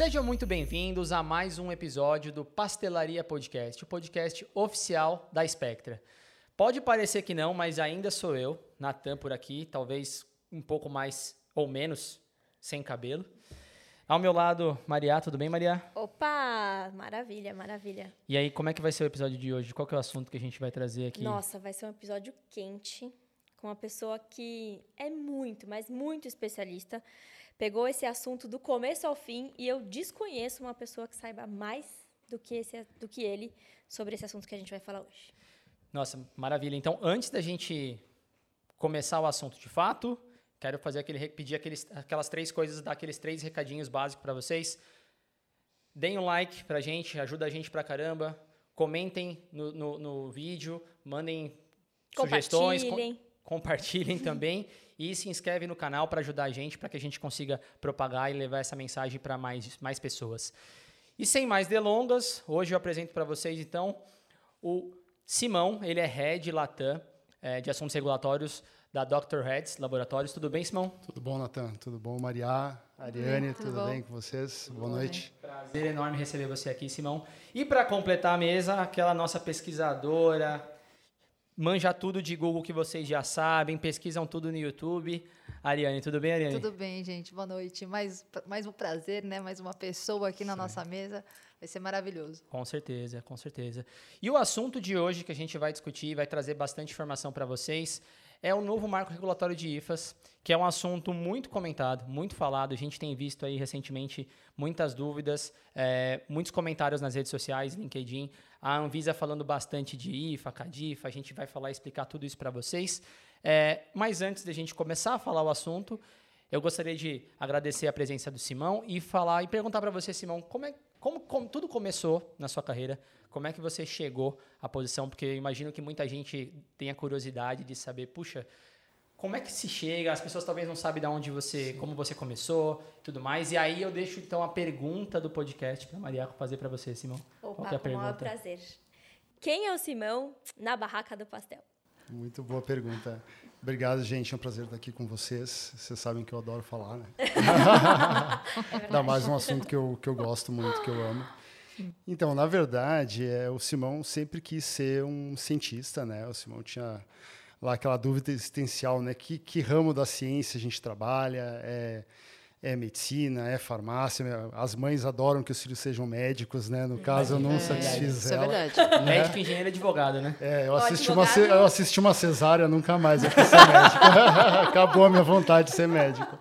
Sejam muito bem-vindos a mais um episódio do Pastelaria Podcast, o podcast oficial da Spectra. Pode parecer que não, mas ainda sou eu, Natan por aqui, talvez um pouco mais ou menos sem cabelo. Ao meu lado, Maria. Tudo bem, Maria? Opa! Maravilha, maravilha. E aí, como é que vai ser o episódio de hoje? Qual que é o assunto que a gente vai trazer aqui? Nossa, vai ser um episódio quente, com uma pessoa que é muito, mas muito especialista. Pegou esse assunto do começo ao fim e eu desconheço uma pessoa que saiba mais do que ele sobre esse assunto que a gente vai falar hoje. Nossa, maravilha. Então, antes da gente começar o assunto de fato, quero pedir aquelas três coisas, dar aqueles 3 recadinhos básicos para vocês. Deem um like pra gente, ajuda a gente pra caramba. Comentem no vídeo, mandem sugestões. Compartilhem também e se inscrevem no canal para ajudar a gente, para que a gente consiga propagar e levar essa mensagem para mais pessoas. E sem mais delongas, hoje eu apresento para vocês, então, o Simão. Ele é Head Latam de Assuntos Regulatórios da Dr. Heads Laboratórios. Tudo bem, Simão? Tudo bom, Natan? Tudo bom, Maria? Ariane, tudo bem com vocês? Boa noite. Prazer enorme receber você aqui, Simão. E para completar a mesa, aquela nossa pesquisadora, manja tudo de Google que vocês já sabem, pesquisam tudo no YouTube. Ariane, tudo bem, Ariane? Tudo bem, gente. Boa noite. Mais um prazer, né? Mais uma pessoa aqui na nossa mesa. Vai ser maravilhoso. Com certeza, com certeza. E o assunto de hoje que a gente vai discutir, vai trazer bastante informação para vocês, é o novo marco regulatório de IFAs, que é um assunto muito comentado, muito falado. A gente tem visto aí recentemente muitas dúvidas, muitos comentários nas redes sociais, LinkedIn. A Anvisa falando bastante de IFA, CADIFA, a gente vai falar e explicar tudo isso para vocês. Mas antes de a gente começar a falar o assunto, eu gostaria de agradecer a presença do Simão e perguntar para você, Simão, como tudo começou na sua carreira? Como é que você chegou à posição? Porque eu imagino que muita gente tenha curiosidade de saber, puxa, como é que se chega? As pessoas talvez não sabem como você começou e tudo mais. E aí eu deixo, então, a pergunta do podcast para a Maria fazer para você, Simão. Opa, qual que é a com o maior pergunta? prazer. Quem é o Simão na barraca do pastel? Muito boa pergunta. Obrigado, gente. É um prazer estar aqui com vocês. Vocês sabem que eu adoro falar, né? Ainda mais um assunto que eu gosto muito, que eu amo. Então, na verdade, o Simão sempre quis ser um cientista, né? O Simão tinha lá aquela dúvida existencial, né? Que ramo da ciência a gente trabalha? É medicina, é farmácia. As mães adoram que os filhos sejam médicos, né? No caso, eu não satisfiz isso ela. Isso é verdade. Né? Médico, engenheiro e advogado, né? Eu assisti uma cesárea, nunca mais eu quis ser médico. Acabou a minha vontade de ser médico.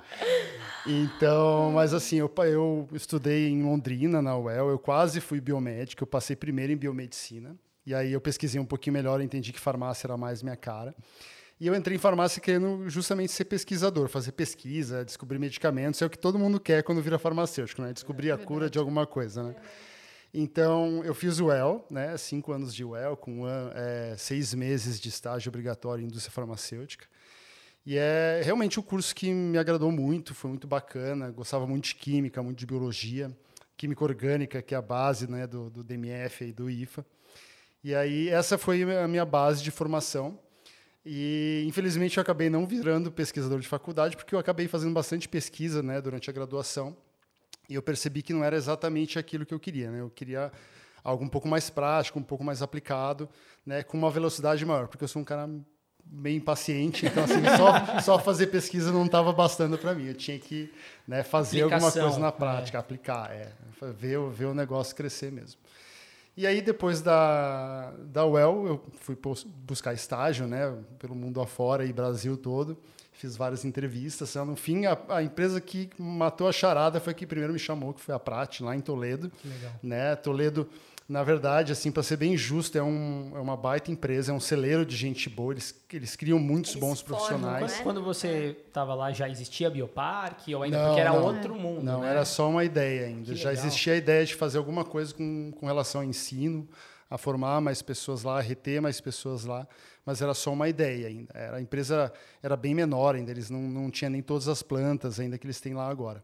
Então, mas assim, eu estudei em Londrina, na UEL, eu quase fui biomédico, eu passei primeiro em biomedicina, e aí eu pesquisei um pouquinho melhor, entendi que farmácia era mais minha cara. E eu entrei em farmácia querendo justamente ser pesquisador, fazer pesquisa, descobrir medicamentos, é o que todo mundo quer quando vira farmacêutico, né? Descobrir a cura de alguma coisa, né? Então, eu fiz o UEL, né? 5 anos de UEL, com 6 meses de estágio obrigatório em indústria farmacêutica. E é realmente um curso que me agradou muito, foi muito bacana, gostava muito de química, muito de biologia, química orgânica, que é a base, né, do DMF e do IFA. E aí essa foi a minha base de formação. E infelizmente eu acabei não virando pesquisador de faculdade, porque eu acabei fazendo bastante pesquisa, né, durante a graduação. E eu percebi que não era exatamente aquilo que eu queria, né? Eu queria algo um pouco mais prático, um pouco mais aplicado, né, com uma velocidade maior, porque eu sou um cara bem impaciente, então assim, só fazer pesquisa não estava bastando para mim. Eu tinha que, né, fazer alguma coisa na prática, aplicar, ver o negócio crescer mesmo. E aí, depois da UEL, eu fui buscar estágio, né, pelo mundo afora e Brasil todo. Fiz várias entrevistas. No fim, a empresa que matou a charada foi que primeiro me chamou, que foi a Prat, lá em Toledo. Legal. Né? Toledo, na verdade, assim, para ser bem justo, é uma baita empresa, é um celeiro de gente boa. Eles criam muitos bons profissionais. Mas quando você estava lá, já existia Bioparque? Ou ainda porque era outro mundo? Não, né? Era só uma ideia ainda. Já existia a ideia de fazer alguma coisa com relação ao ensino, a formar mais pessoas lá, a reter mais pessoas lá, mas era só uma ideia ainda. A empresa era bem menor ainda, eles não tinham nem todas as plantas ainda que eles têm lá agora.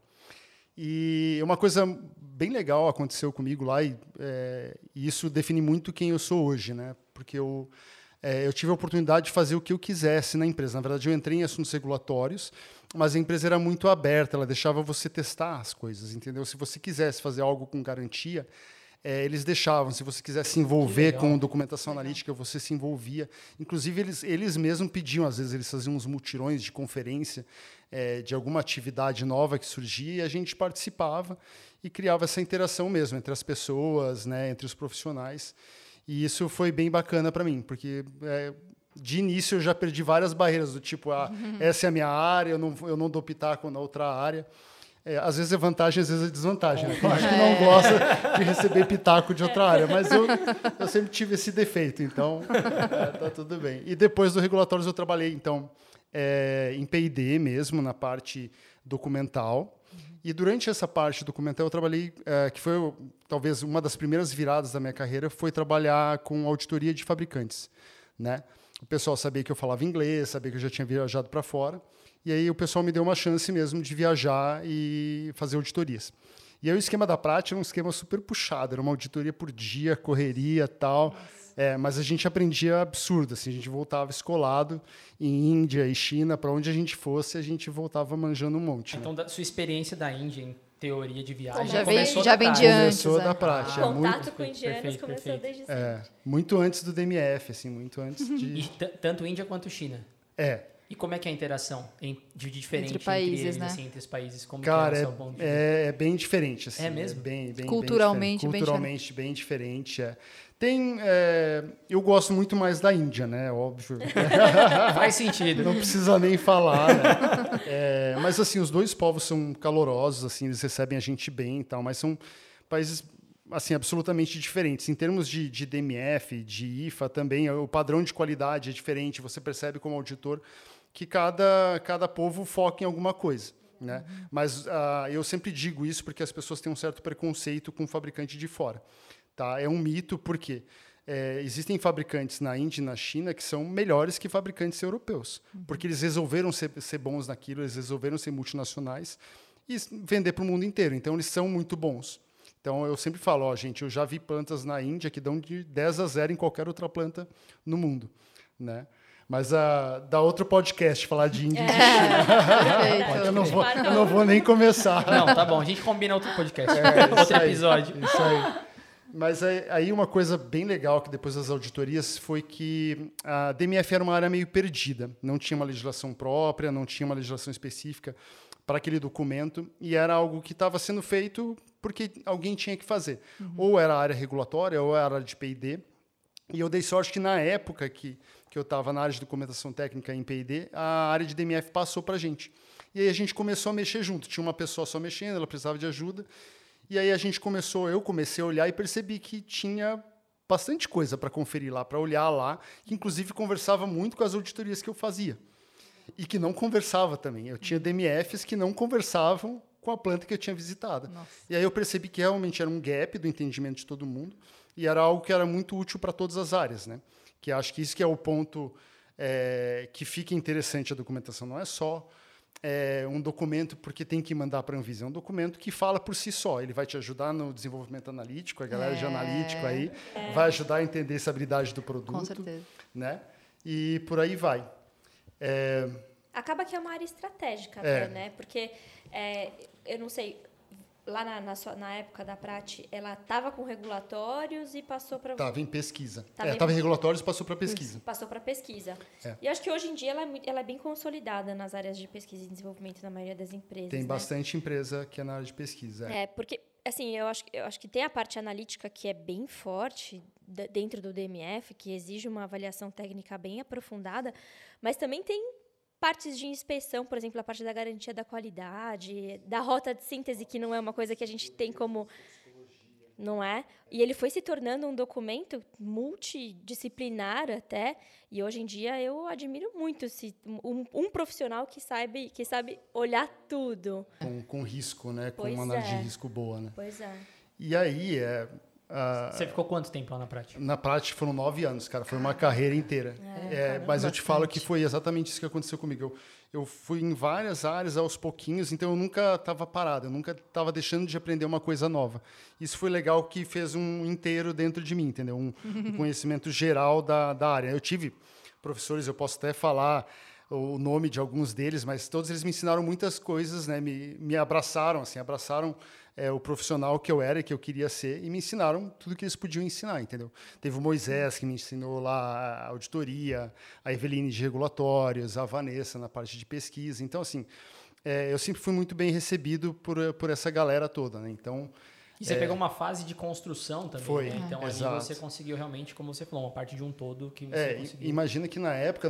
E uma coisa bem legal aconteceu comigo lá, e isso define muito quem eu sou hoje, né? Porque eu eu tive a oportunidade de fazer o que eu quisesse na empresa. Na verdade, eu entrei em assuntos regulatórios, mas a empresa era muito aberta, ela deixava você testar as coisas, entendeu? Se você quisesse fazer algo com garantia, eles deixavam. Se você quisesse se envolver com documentação analítica, você se envolvia. Inclusive, eles mesmos pediam, às vezes, eles faziam uns mutirões de conferência de alguma atividade nova que surgia, e a gente participava e criava essa interação mesmo entre as pessoas, né, entre os profissionais. E isso foi bem bacana para mim, porque de início eu já perdi várias barreiras, do tipo, essa é a minha área, eu não dou pitaco na outra área. Às vezes é vantagem, às vezes é desvantagem. Né? Eu acho que não gosta de receber pitaco de outra área, mas eu sempre tive esse defeito, então tá tudo bem. E depois do regulatórios eu trabalhei, então, em P&D mesmo, na parte documental. E durante essa parte documental eu trabalhei, que foi talvez uma das primeiras viradas da minha carreira, foi trabalhar com auditoria de fabricantes, né? O pessoal sabia que eu falava inglês, sabia que eu já tinha viajado para fora. E aí o pessoal me deu uma chance mesmo de viajar e fazer auditorias. E aí o esquema da Prati era um esquema super puxado, era uma auditoria por dia, correria e tal. Mas a gente aprendia absurdo, assim, a gente voltava escolado em Índia e China, para onde a gente fosse, a gente voltava manjando um monte. Então, sua experiência da Índia em teoria de viagem Já começou vem de antes. Começou da Prati. O contato com indianos começou desde sempre. Muito antes do DMF, assim, muito antes de... E tanto Índia quanto China. E como é que é a interação de diferente entre países, eles, né? Assim, entre os países? Como Cara, que é o seu ponto de vista? É bem diferente. Assim, é mesmo? Bem culturalmente, culturalmente bem diferente. Tem, eu gosto muito mais da Índia, né? Óbvio. Faz sentido. Não precisa nem falar, né? Mas assim, os dois povos são calorosos, assim, eles recebem a gente bem e tal, mas são países assim, absolutamente diferentes. Em termos de DMF, de IFA também, o padrão de qualidade é diferente. Você percebe como auditor que cada povo foca em alguma coisa. Né? Mas eu sempre digo isso porque as pessoas têm um certo preconceito com o fabricante de fora. Tá? É um mito, porque existem fabricantes na Índia e na China que são melhores que fabricantes europeus, porque eles resolveram ser bons naquilo, eles resolveram ser multinacionais e vender para o mundo inteiro. Então, eles são muito bons. Então, eu sempre falo, gente, eu já vi plantas na Índia que dão de 10-0 em qualquer outra planta no mundo. Né? Mas dá outro podcast falar de Índia e de China. Eu não vou nem começar. Não, tá bom. A gente combina outro podcast. Outro episódio. Isso aí. Mas aí uma coisa bem legal que depois das auditorias foi que a DMF era uma área meio perdida. Não tinha uma legislação própria, não tinha uma legislação específica para aquele documento. E era algo que estava sendo feito porque alguém tinha que fazer. Ou era a área regulatória, ou era a área de P&D. E eu dei sorte que na época que eu estava na área de documentação técnica em P&D, a área de DMF passou para a gente. E aí a gente começou a mexer junto. Tinha uma pessoa só mexendo, ela precisava de ajuda. E aí eu comecei a olhar e percebi que tinha bastante coisa para conferir lá, para olhar lá, que inclusive conversava muito com as auditorias que eu fazia. E que não conversava também. Eu tinha DMFs que não conversavam com a planta que eu tinha visitado. Nossa. E aí eu percebi que realmente era um gap do entendimento de todo mundo e era algo que era muito útil para todas as áreas, né? Que acho que isso que é o ponto que fica interessante a documentação. Não é só um documento porque tem que mandar para a Anvisa. É um documento que fala por si só. Ele vai te ajudar no desenvolvimento analítico, a galera de analítico aí vai ajudar a entender essa habilidade do produto. Com certeza. Né? E por aí vai. Acaba que é uma área estratégica até, né? Porque, eu não sei... Lá na época da Prati, ela estava com regulatórios e passou para... Estava em pesquisa. Estava em regulatórios e passou para pesquisa. Passou para pesquisa. E acho que hoje em dia ela é bem consolidada nas áreas de pesquisa e desenvolvimento na maioria das empresas. Tem bastante empresa que é na área de pesquisa. Porque, assim, eu acho que tem a parte analítica que é bem forte dentro do DMF, que exige uma avaliação técnica bem aprofundada, mas também tem partes de inspeção, por exemplo, a parte da garantia da qualidade, da rota de síntese, que não é uma coisa que a gente tem como... Não é? E ele foi se tornando um documento multidisciplinar até, e hoje em dia eu admiro muito um profissional que sabe olhar tudo. Com risco, né? Com uma análise de risco boa, né? Pois é. E aí, Você ficou quanto tempo lá na prática? Na prática foram 9 anos, cara. Foi uma carreira inteira. Mas eu te falo que foi exatamente isso que aconteceu comigo. Eu fui em várias áreas aos pouquinhos, então eu nunca estava parado, eu nunca estava deixando de aprender uma coisa nova. Isso foi legal, que fez um inteiro dentro de mim, entendeu? Um conhecimento geral da área. Eu tive professores, eu posso até falar o nome de alguns deles, mas todos eles me ensinaram muitas coisas, né? Me abraçaram, assim, abraçaram o profissional que eu era e que eu queria ser, e me ensinaram tudo que eles podiam ensinar, entendeu? Teve o Moisés, que me ensinou lá a auditoria, a Eveline de regulatórios, a Vanessa na parte de pesquisa. Então, assim, eu sempre fui muito bem recebido por essa galera toda, né? Então... E você pegou uma fase de construção também, foi, né? Então, ali exato. você conseguiu realmente, como você falou, uma parte de um todo que você conseguiu. Imagina que na época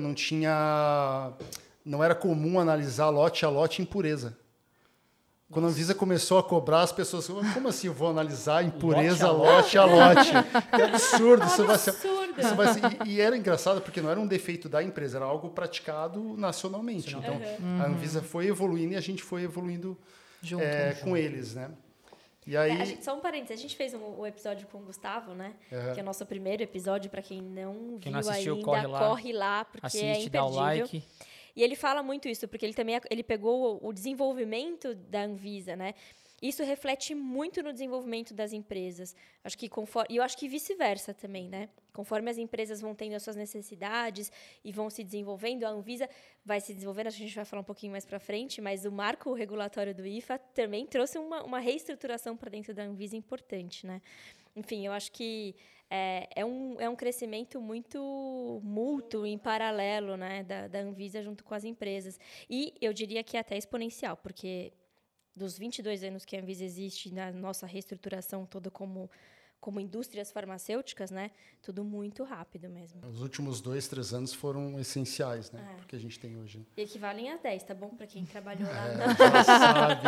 não era comum analisar lote a lote impureza. Quando a Anvisa começou a cobrar, as pessoas falaram, como assim eu vou analisar impureza lote a lote? Que absurdo. Isso vai ser, e era engraçado porque não era um defeito da empresa, era algo praticado nacionalmente. Então, a Anvisa foi evoluindo e a gente foi evoluindo junto, com eles, né? E aí... só um parênteses, a gente fez um episódio com o Gustavo, né? Que é o nosso primeiro episódio, para quem não viu assistiu, ainda, corre lá, porque assiste, é imperdível. dá o like. E ele fala muito isso, porque ele pegou o desenvolvimento da Anvisa, né? Isso reflete muito no desenvolvimento das empresas. Acho que e eu acho que vice-versa também, né? Conforme as empresas vão tendo as suas necessidades e vão se desenvolvendo, a Anvisa vai se desenvolvendo, acho que a gente vai falar um pouquinho mais para frente, mas o marco regulatório do IFA também trouxe uma reestruturação para dentro da Anvisa importante, né? Enfim, eu acho que é um crescimento muito mútuo, em paralelo, né, da Anvisa junto com as empresas. E eu diria que é até exponencial, porque dos 22 anos que a Anvisa existe, na nossa reestruturação toda como indústrias farmacêuticas, né, tudo muito rápido mesmo. Os últimos 2, 3 anos foram essenciais, né, porque a gente tem hoje. E equivalem a 10, tá bom? Para quem trabalhou lá. Já sabe,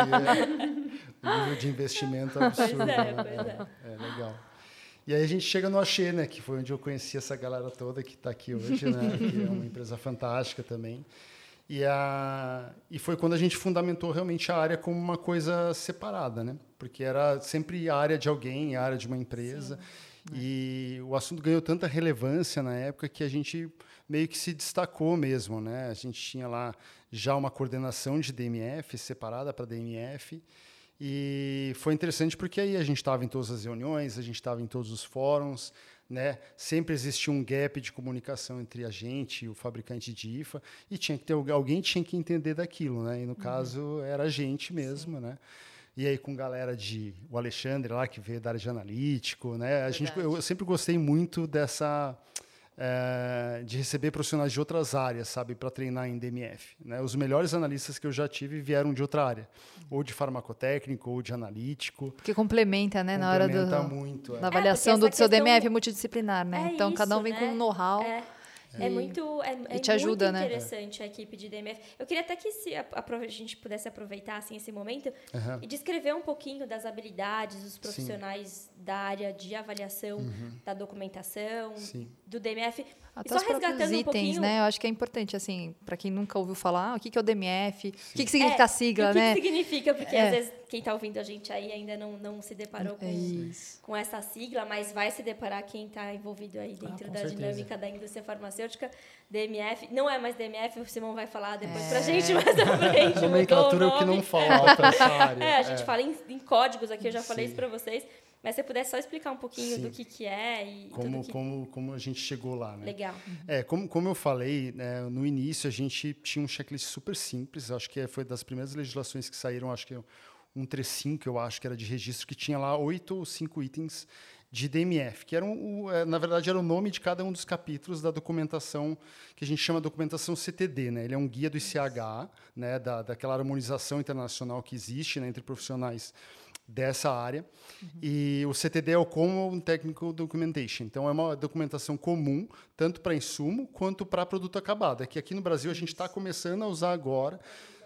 o nível de investimento absurdo. Pois é. Legal. E aí a gente chega no Axê, né, que foi onde eu conheci essa galera toda que está aqui hoje, né, que é uma empresa fantástica também. E foi quando a gente fundamentou realmente a área como uma coisa separada, né, porque era sempre a área de alguém, a área de uma empresa. Sim. E o assunto ganhou tanta relevância na época que a gente meio que se destacou mesmo, né. A gente tinha lá já uma coordenação de DMF separada para DMF. E foi interessante porque aí a gente estava em todas as reuniões, a gente estava em todos os fóruns, né? Sempre existia um gap de comunicação entre a gente e o fabricante de IFA, e tinha que ter alguém tinha que entender daquilo, né? E no caso era a gente mesmo, né? E aí com galera o Alexandre lá que veio da área de analítico, né? Eu sempre gostei muito dessa de receber profissionais de outras áreas, sabe, para treinar em DMF, né? Os melhores analistas que eu já tive vieram de outra área, ou de farmacotécnico, ou de analítico. Porque complementa, né, na hora muito, da avaliação do seu DMF multidisciplinar, né? Então, cada um vem com um know-how. É muito te ajuda, muito interessante a equipe de DMF. Eu queria até que a gente pudesse aproveitar assim, esse momento e descrever um pouquinho das habilidades dos profissionais da área de avaliação, da documentação, do DMF. Até só resgatando itens, um pouquinho, né? Eu acho que é importante, assim, para quem nunca ouviu falar, o que é o DMF, o que significa a sigla, né? O que significa, porque às vezes quem está ouvindo a gente aí ainda não se deparou com essa sigla, mas vai se deparar quem está envolvido aí dentro da dinâmica da indústria farmacêutica. DMF, não é mais DMF, o Simão vai falar depois pra gente mais à frente. Nomenclatura é o que não falta essa área. A gente fala em códigos aqui, eu já falei isso para vocês. Mas se você puder só explicar um pouquinho do que é e como a gente chegou lá, né? Legal. Como eu falei, né, no início a gente tinha um checklist super simples, acho que foi das primeiras legislações que saíram, acho que 135, eu acho que era de registro, que tinha lá 8 ou 5 itens de DMF, que na verdade era o nome de cada um dos capítulos da documentação que a gente chama de documentação CTD, né? Ele é um guia do ICH, né, daquela harmonização internacional que existe, né, entre profissionais dessa área. E o CTD é o Common Technical Documentation. Então, é uma documentação comum, tanto para insumo quanto para produto acabado. É que aqui no Brasil a gente está começando a usar agora.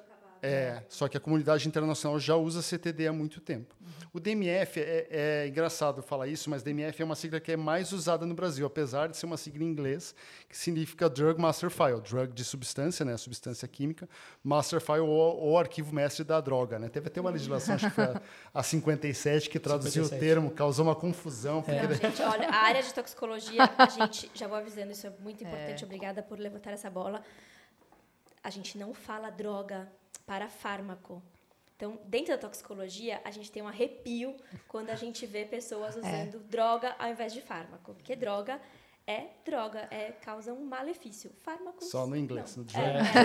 Só que a comunidade internacional já usa CTD há muito tempo. O DMF, é engraçado falar isso, mas DMF é uma sigla que é mais usada no Brasil, apesar de ser uma sigla em inglês, que significa Drug Master File, drug de substância, né, substância química, Master File ou arquivo mestre da droga. Né? Teve até uma legislação, acho que foi a 57, que traduziu 57. O termo, causou uma confusão. Não, gente, olha, a área de toxicologia, a gente, já vou avisando, isso é muito importante, obrigada por levantar essa bola, a gente não fala droga para fármaco. Então, dentro da toxicologia, a gente tem um arrepio quando a gente vê pessoas usando droga ao invés de fármaco. Porque droga, causa um malefício. Fármaco... Só no inglês. Não,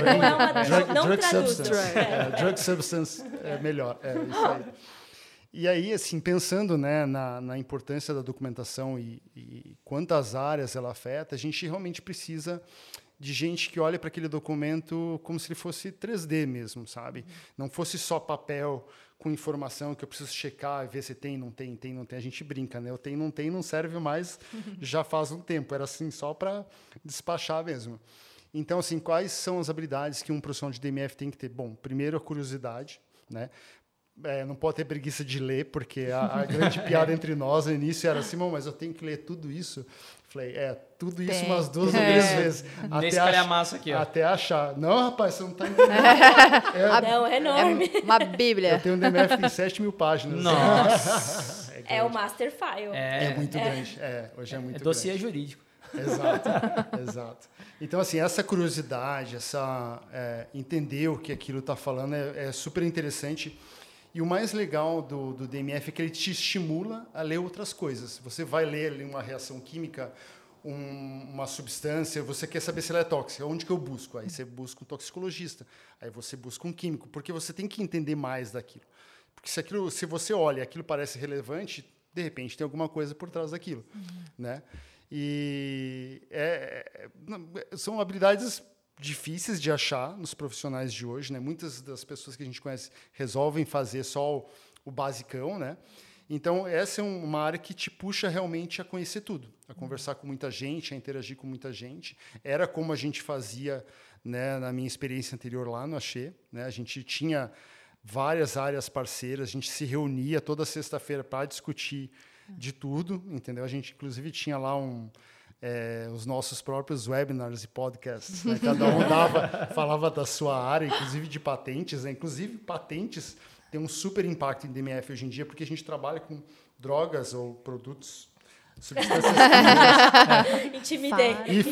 não traduz. Drug substance é melhor. Isso aí. E aí, assim, pensando, né, na importância da documentação e quantas áreas ela afeta, a gente realmente precisa de gente que olhe para aquele documento como se ele fosse 3D mesmo, sabe? Não fosse só papel com informação que eu preciso checar e ver se tem, não tem. A gente brinca, né? Eu tenho, não serve mais, já faz um tempo. Era assim, só para despachar mesmo. Então, assim, quais são as habilidades que um profissional de DMF tem que ter? Bom, primeiro a curiosidade, né? Não pode ter preguiça de ler, porque a grande piada entre nós no início era assim, mas eu tenho que ler tudo isso. Falei, tudo isso umas 2 ou 3 vezes. Até achar. Não, rapaz, você não está entendendo. Não, é enorme. É uma bíblia. Eu tenho um DMF que tem 7.000 páginas. Nossa! É o Master File. É muito grande. Hoje é muito grande. Dossiê jurídico. Exato. Então, assim, essa curiosidade, entender o que aquilo está falando é super interessante. E o mais legal do DMF é que ele te estimula a ler outras coisas. Você vai ler ali uma reação química, uma substância, você quer saber se ela é tóxica. Onde que eu busco? Aí você busca um toxicologista. Aí você busca um químico, porque você tem que entender mais daquilo. Porque se você olha e aquilo parece relevante, de repente tem alguma coisa por trás daquilo. Né? E são habilidades difíceis de achar nos profissionais de hoje, né? Muitas das pessoas que a gente conhece resolvem fazer só o basicão, né? Então, essa é uma área que te puxa realmente a conhecer tudo, a conversar com muita gente, a interagir com muita gente. Era como a gente fazia, né, na minha experiência anterior lá no Axê, né? A gente tinha várias áreas parceiras, a gente se reunia toda sexta-feira para discutir de tudo, entendeu? A gente, inclusive, tinha lá os nossos próprios webinars e podcasts. Né? Cada um falava da sua área, inclusive de patentes. Né? Inclusive, patentes têm um super impacto em DMF hoje em dia, porque a gente trabalha com drogas ou produtos, substâncias químicas. Intimidei.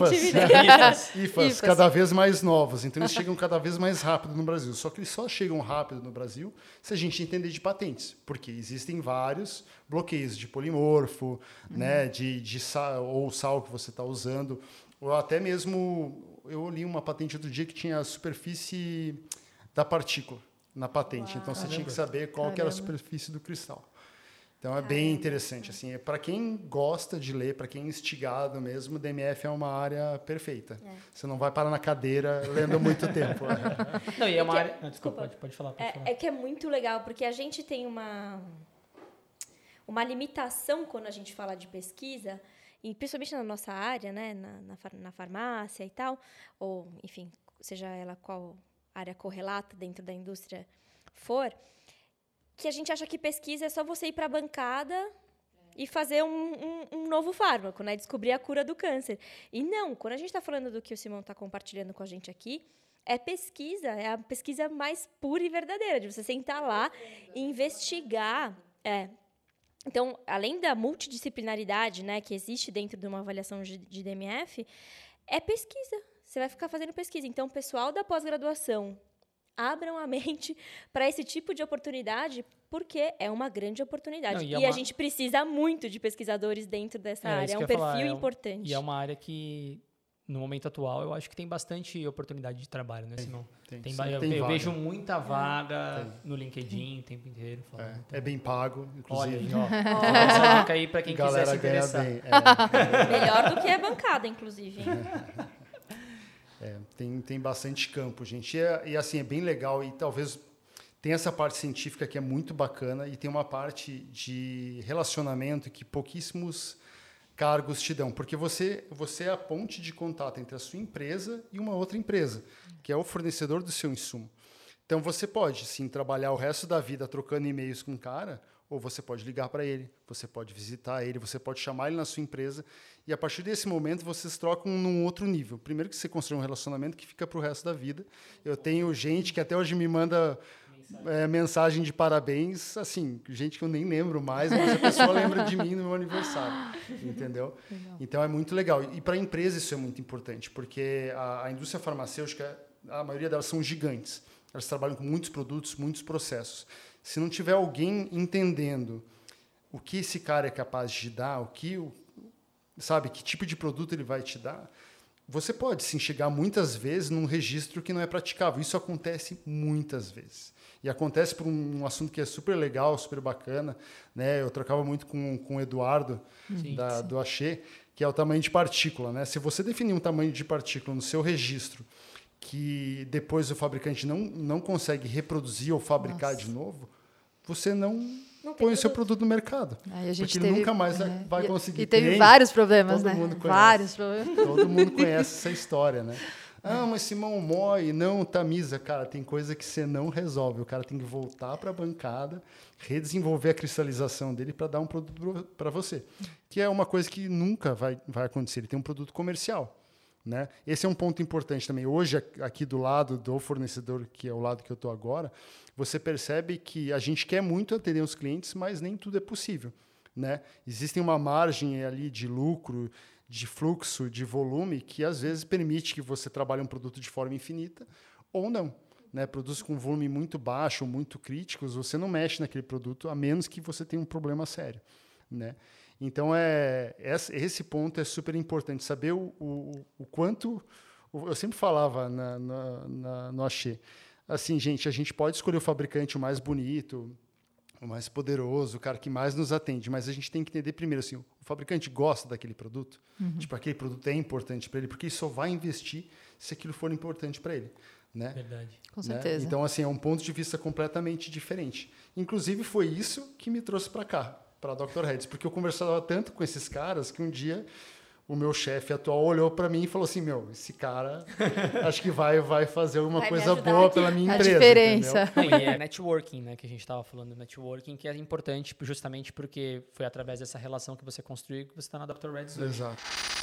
IFAs, cada vez mais novos. Então, eles chegam cada vez mais rápido no Brasil. Só que eles só chegam rápido no Brasil se a gente entender de patentes, porque existem vários bloqueios de polimorfo, né, de sal, ou sal que você está usando, ou até mesmo, eu li uma patente outro dia que tinha a superfície da partícula na patente. Então, você tinha que saber qual que era a superfície do cristal. Então, é bem interessante. Assim, para quem gosta de ler, para quem é instigado mesmo, o DMF é uma área perfeita. Você não vai parar na cadeira lendo muito tempo. Não, e é uma área... Desculpa, pode falar. É que é muito legal, porque a gente tem uma limitação quando a gente fala de pesquisa, e principalmente na nossa área, né, na farmácia e tal, ou, enfim, seja ela qual área correlata dentro da indústria for, que a gente acha que pesquisa é só você ir para a bancada e fazer um novo fármaco, né? Descobrir a cura do câncer. E não, quando a gente está falando do que o Simão está compartilhando com a gente aqui, é a pesquisa mais pura e verdadeira, de você sentar lá e investigar. Então, além da multidisciplinaridade, né, que existe dentro de uma avaliação de DMF, é pesquisa. Você vai ficar fazendo pesquisa. Então, o pessoal da pós-graduação, abram a mente para esse tipo de oportunidade, porque é uma grande oportunidade. A gente precisa muito de pesquisadores dentro dessa área. É um perfil importante. E é uma área que, no momento atual, eu acho que tem bastante oportunidade de trabalho, né, Simão? Eu vejo muita vaga no LinkedIn o tempo inteiro. Falando, é bem pago, inclusive. Olha, dica aí para quem quiser se interessar. Melhor do que a bancada, inclusive. Tem bastante campo, gente. E assim, é bem legal. E talvez tem essa parte científica que é muito bacana e tem uma parte de relacionamento que pouquíssimos cargos te dão. Porque você é a ponte de contato entre a sua empresa e uma outra empresa, que é o fornecedor do seu insumo. Então, você pode, sim, trabalhar o resto da vida trocando e-mails com o cara, ou você pode ligar para ele, você pode visitar ele, você pode chamar ele na sua empresa, e a partir desse momento vocês trocam num outro nível. Primeiro que você constrói um relacionamento que fica para o resto da vida. Eu tenho gente que até hoje me manda mensagem de parabéns, assim, gente que eu nem lembro mais, mas a pessoa lembra de mim no meu aniversário, entendeu? Legal. Então, é muito legal. E para a empresa isso é muito importante, porque a indústria farmacêutica, a maioria delas são gigantes. Elas trabalham com muitos produtos, muitos processos. Se não tiver alguém entendendo o que esse cara é capaz de dar, sabe, que tipo de produto ele vai te dar, você pode sim chegar muitas vezes num registro que não é praticável. Isso acontece muitas vezes. E acontece por um assunto que é super legal, super bacana, né? Eu trocava muito com o Eduardo, do Axê, que é o tamanho de partícula, né? Se você definir um tamanho de partícula no seu registro que depois o fabricante não consegue reproduzir ou fabricar de novo, você não põe o seu produto no mercado. Aí a gente porque ele nunca mais vai conseguir. E teve vários problemas, todo né? Mundo conhece. Vários problemas. Todo mundo conhece essa história, né? Mas Simão mói, não tamiza. Cara, tem coisa que você não resolve. O cara tem que voltar para a bancada, redesenvolver a cristalização dele para dar um produto para você. Que é uma coisa que nunca vai acontecer. Ele tem um produto comercial. Né? Esse é um ponto importante também. Hoje, aqui do lado do fornecedor, que é o lado que eu estou agora, você percebe que a gente quer muito atender os clientes, mas nem tudo é possível. Né? Existe uma margem ali de lucro, de fluxo, de volume, que às vezes permite que você trabalhe um produto de forma infinita ou não. Né? Produtos com volume muito baixo, muito críticos, você não mexe naquele produto, a menos que você tenha um problema sério. Né? Então, esse ponto é super importante, saber o quanto... Eu sempre falava no Axê, assim, gente, a gente pode escolher o fabricante o mais bonito, o mais poderoso, o cara que mais nos atende, mas a gente tem que entender primeiro, assim, o fabricante gosta daquele produto? Tipo, aquele produto é importante para ele, porque ele só vai investir se aquilo for importante para ele. Né? Verdade. Com certeza. Então, assim, é um ponto de vista completamente diferente. Inclusive, foi isso que me trouxe para cá, para a Dr. Redis, porque eu conversava tanto com esses caras que um dia o meu chefe atual olhou para mim e falou assim, esse cara acho que vai fazer alguma coisa boa pela minha empresa. A diferença. Não, e é networking, né, que a gente estava falando, networking, que é importante justamente porque foi através dessa relação que você construiu que você está na Dr. Redis hoje. Exato.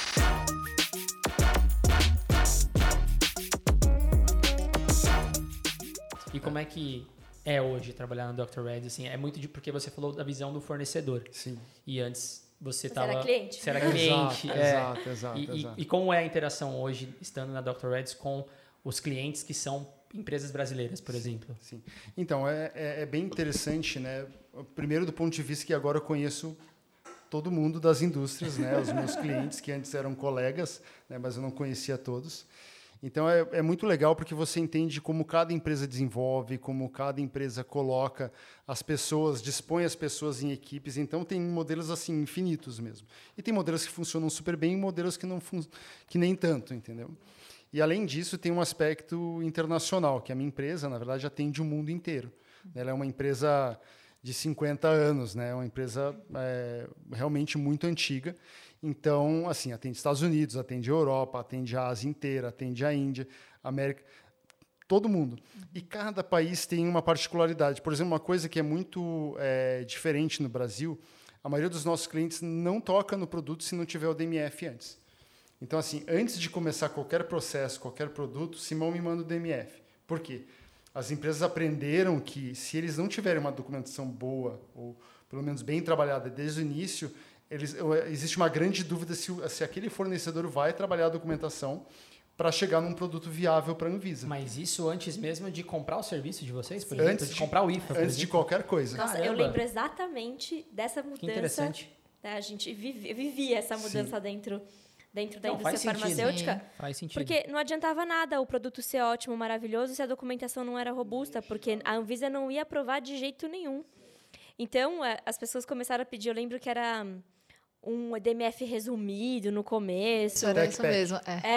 E como é que é hoje trabalhar na Dr. Redis? Assim, é muito porque você falou da visão do fornecedor. Sim. E antes você era cliente. Você era cliente. Exato. E como é a interação hoje, estando na Dr. Redis, com os clientes que são empresas brasileiras, por exemplo? Sim. Então, é bem interessante, né? Primeiro, do ponto de vista que agora eu conheço todo mundo das indústrias, né? Os meus clientes, que antes eram colegas, né? Mas eu não conhecia todos. Então, é muito legal porque você entende como cada empresa desenvolve, como cada empresa coloca as pessoas, dispõe as pessoas em equipes. Então, tem modelos assim infinitos mesmo. E tem modelos que funcionam super bem e modelos que nem tanto, entendeu? E, além disso, tem um aspecto internacional, que a minha empresa, na verdade, atende o mundo inteiro. Ela é uma empresa de 50 anos, né? Uma empresa realmente muito antiga. Então, assim, atende Estados Unidos, atende a Europa, atende a Ásia inteira, atende a Índia, América, todo mundo. E cada país tem uma particularidade. Por exemplo, uma coisa que é muito diferente no Brasil, a maioria dos nossos clientes não toca no produto se não tiver o DMF antes. Então, assim, antes de começar qualquer processo, qualquer produto, Simão me manda o DMF. Por quê? As empresas aprenderam que, se eles não tiverem uma documentação boa, ou pelo menos bem trabalhada desde o início, existe uma grande dúvida se aquele fornecedor vai trabalhar a documentação para chegar num produto viável para a Anvisa. Mas isso antes mesmo de comprar o serviço de vocês, por exemplo? Antes de comprar o IFA, antes de qualquer coisa. Nossa, eu lembro exatamente dessa mudança. Que interessante. A gente vivia essa mudança dentro da indústria Sim, farmacêutica. faz sentido. Porque não adiantava nada o produto ser ótimo, maravilhoso, se a documentação não era robusta, porque a Anvisa não ia aprovar de jeito nenhum. Então, as pessoas começaram a pedir, eu lembro que era um DMF resumido no começo. Era isso mesmo.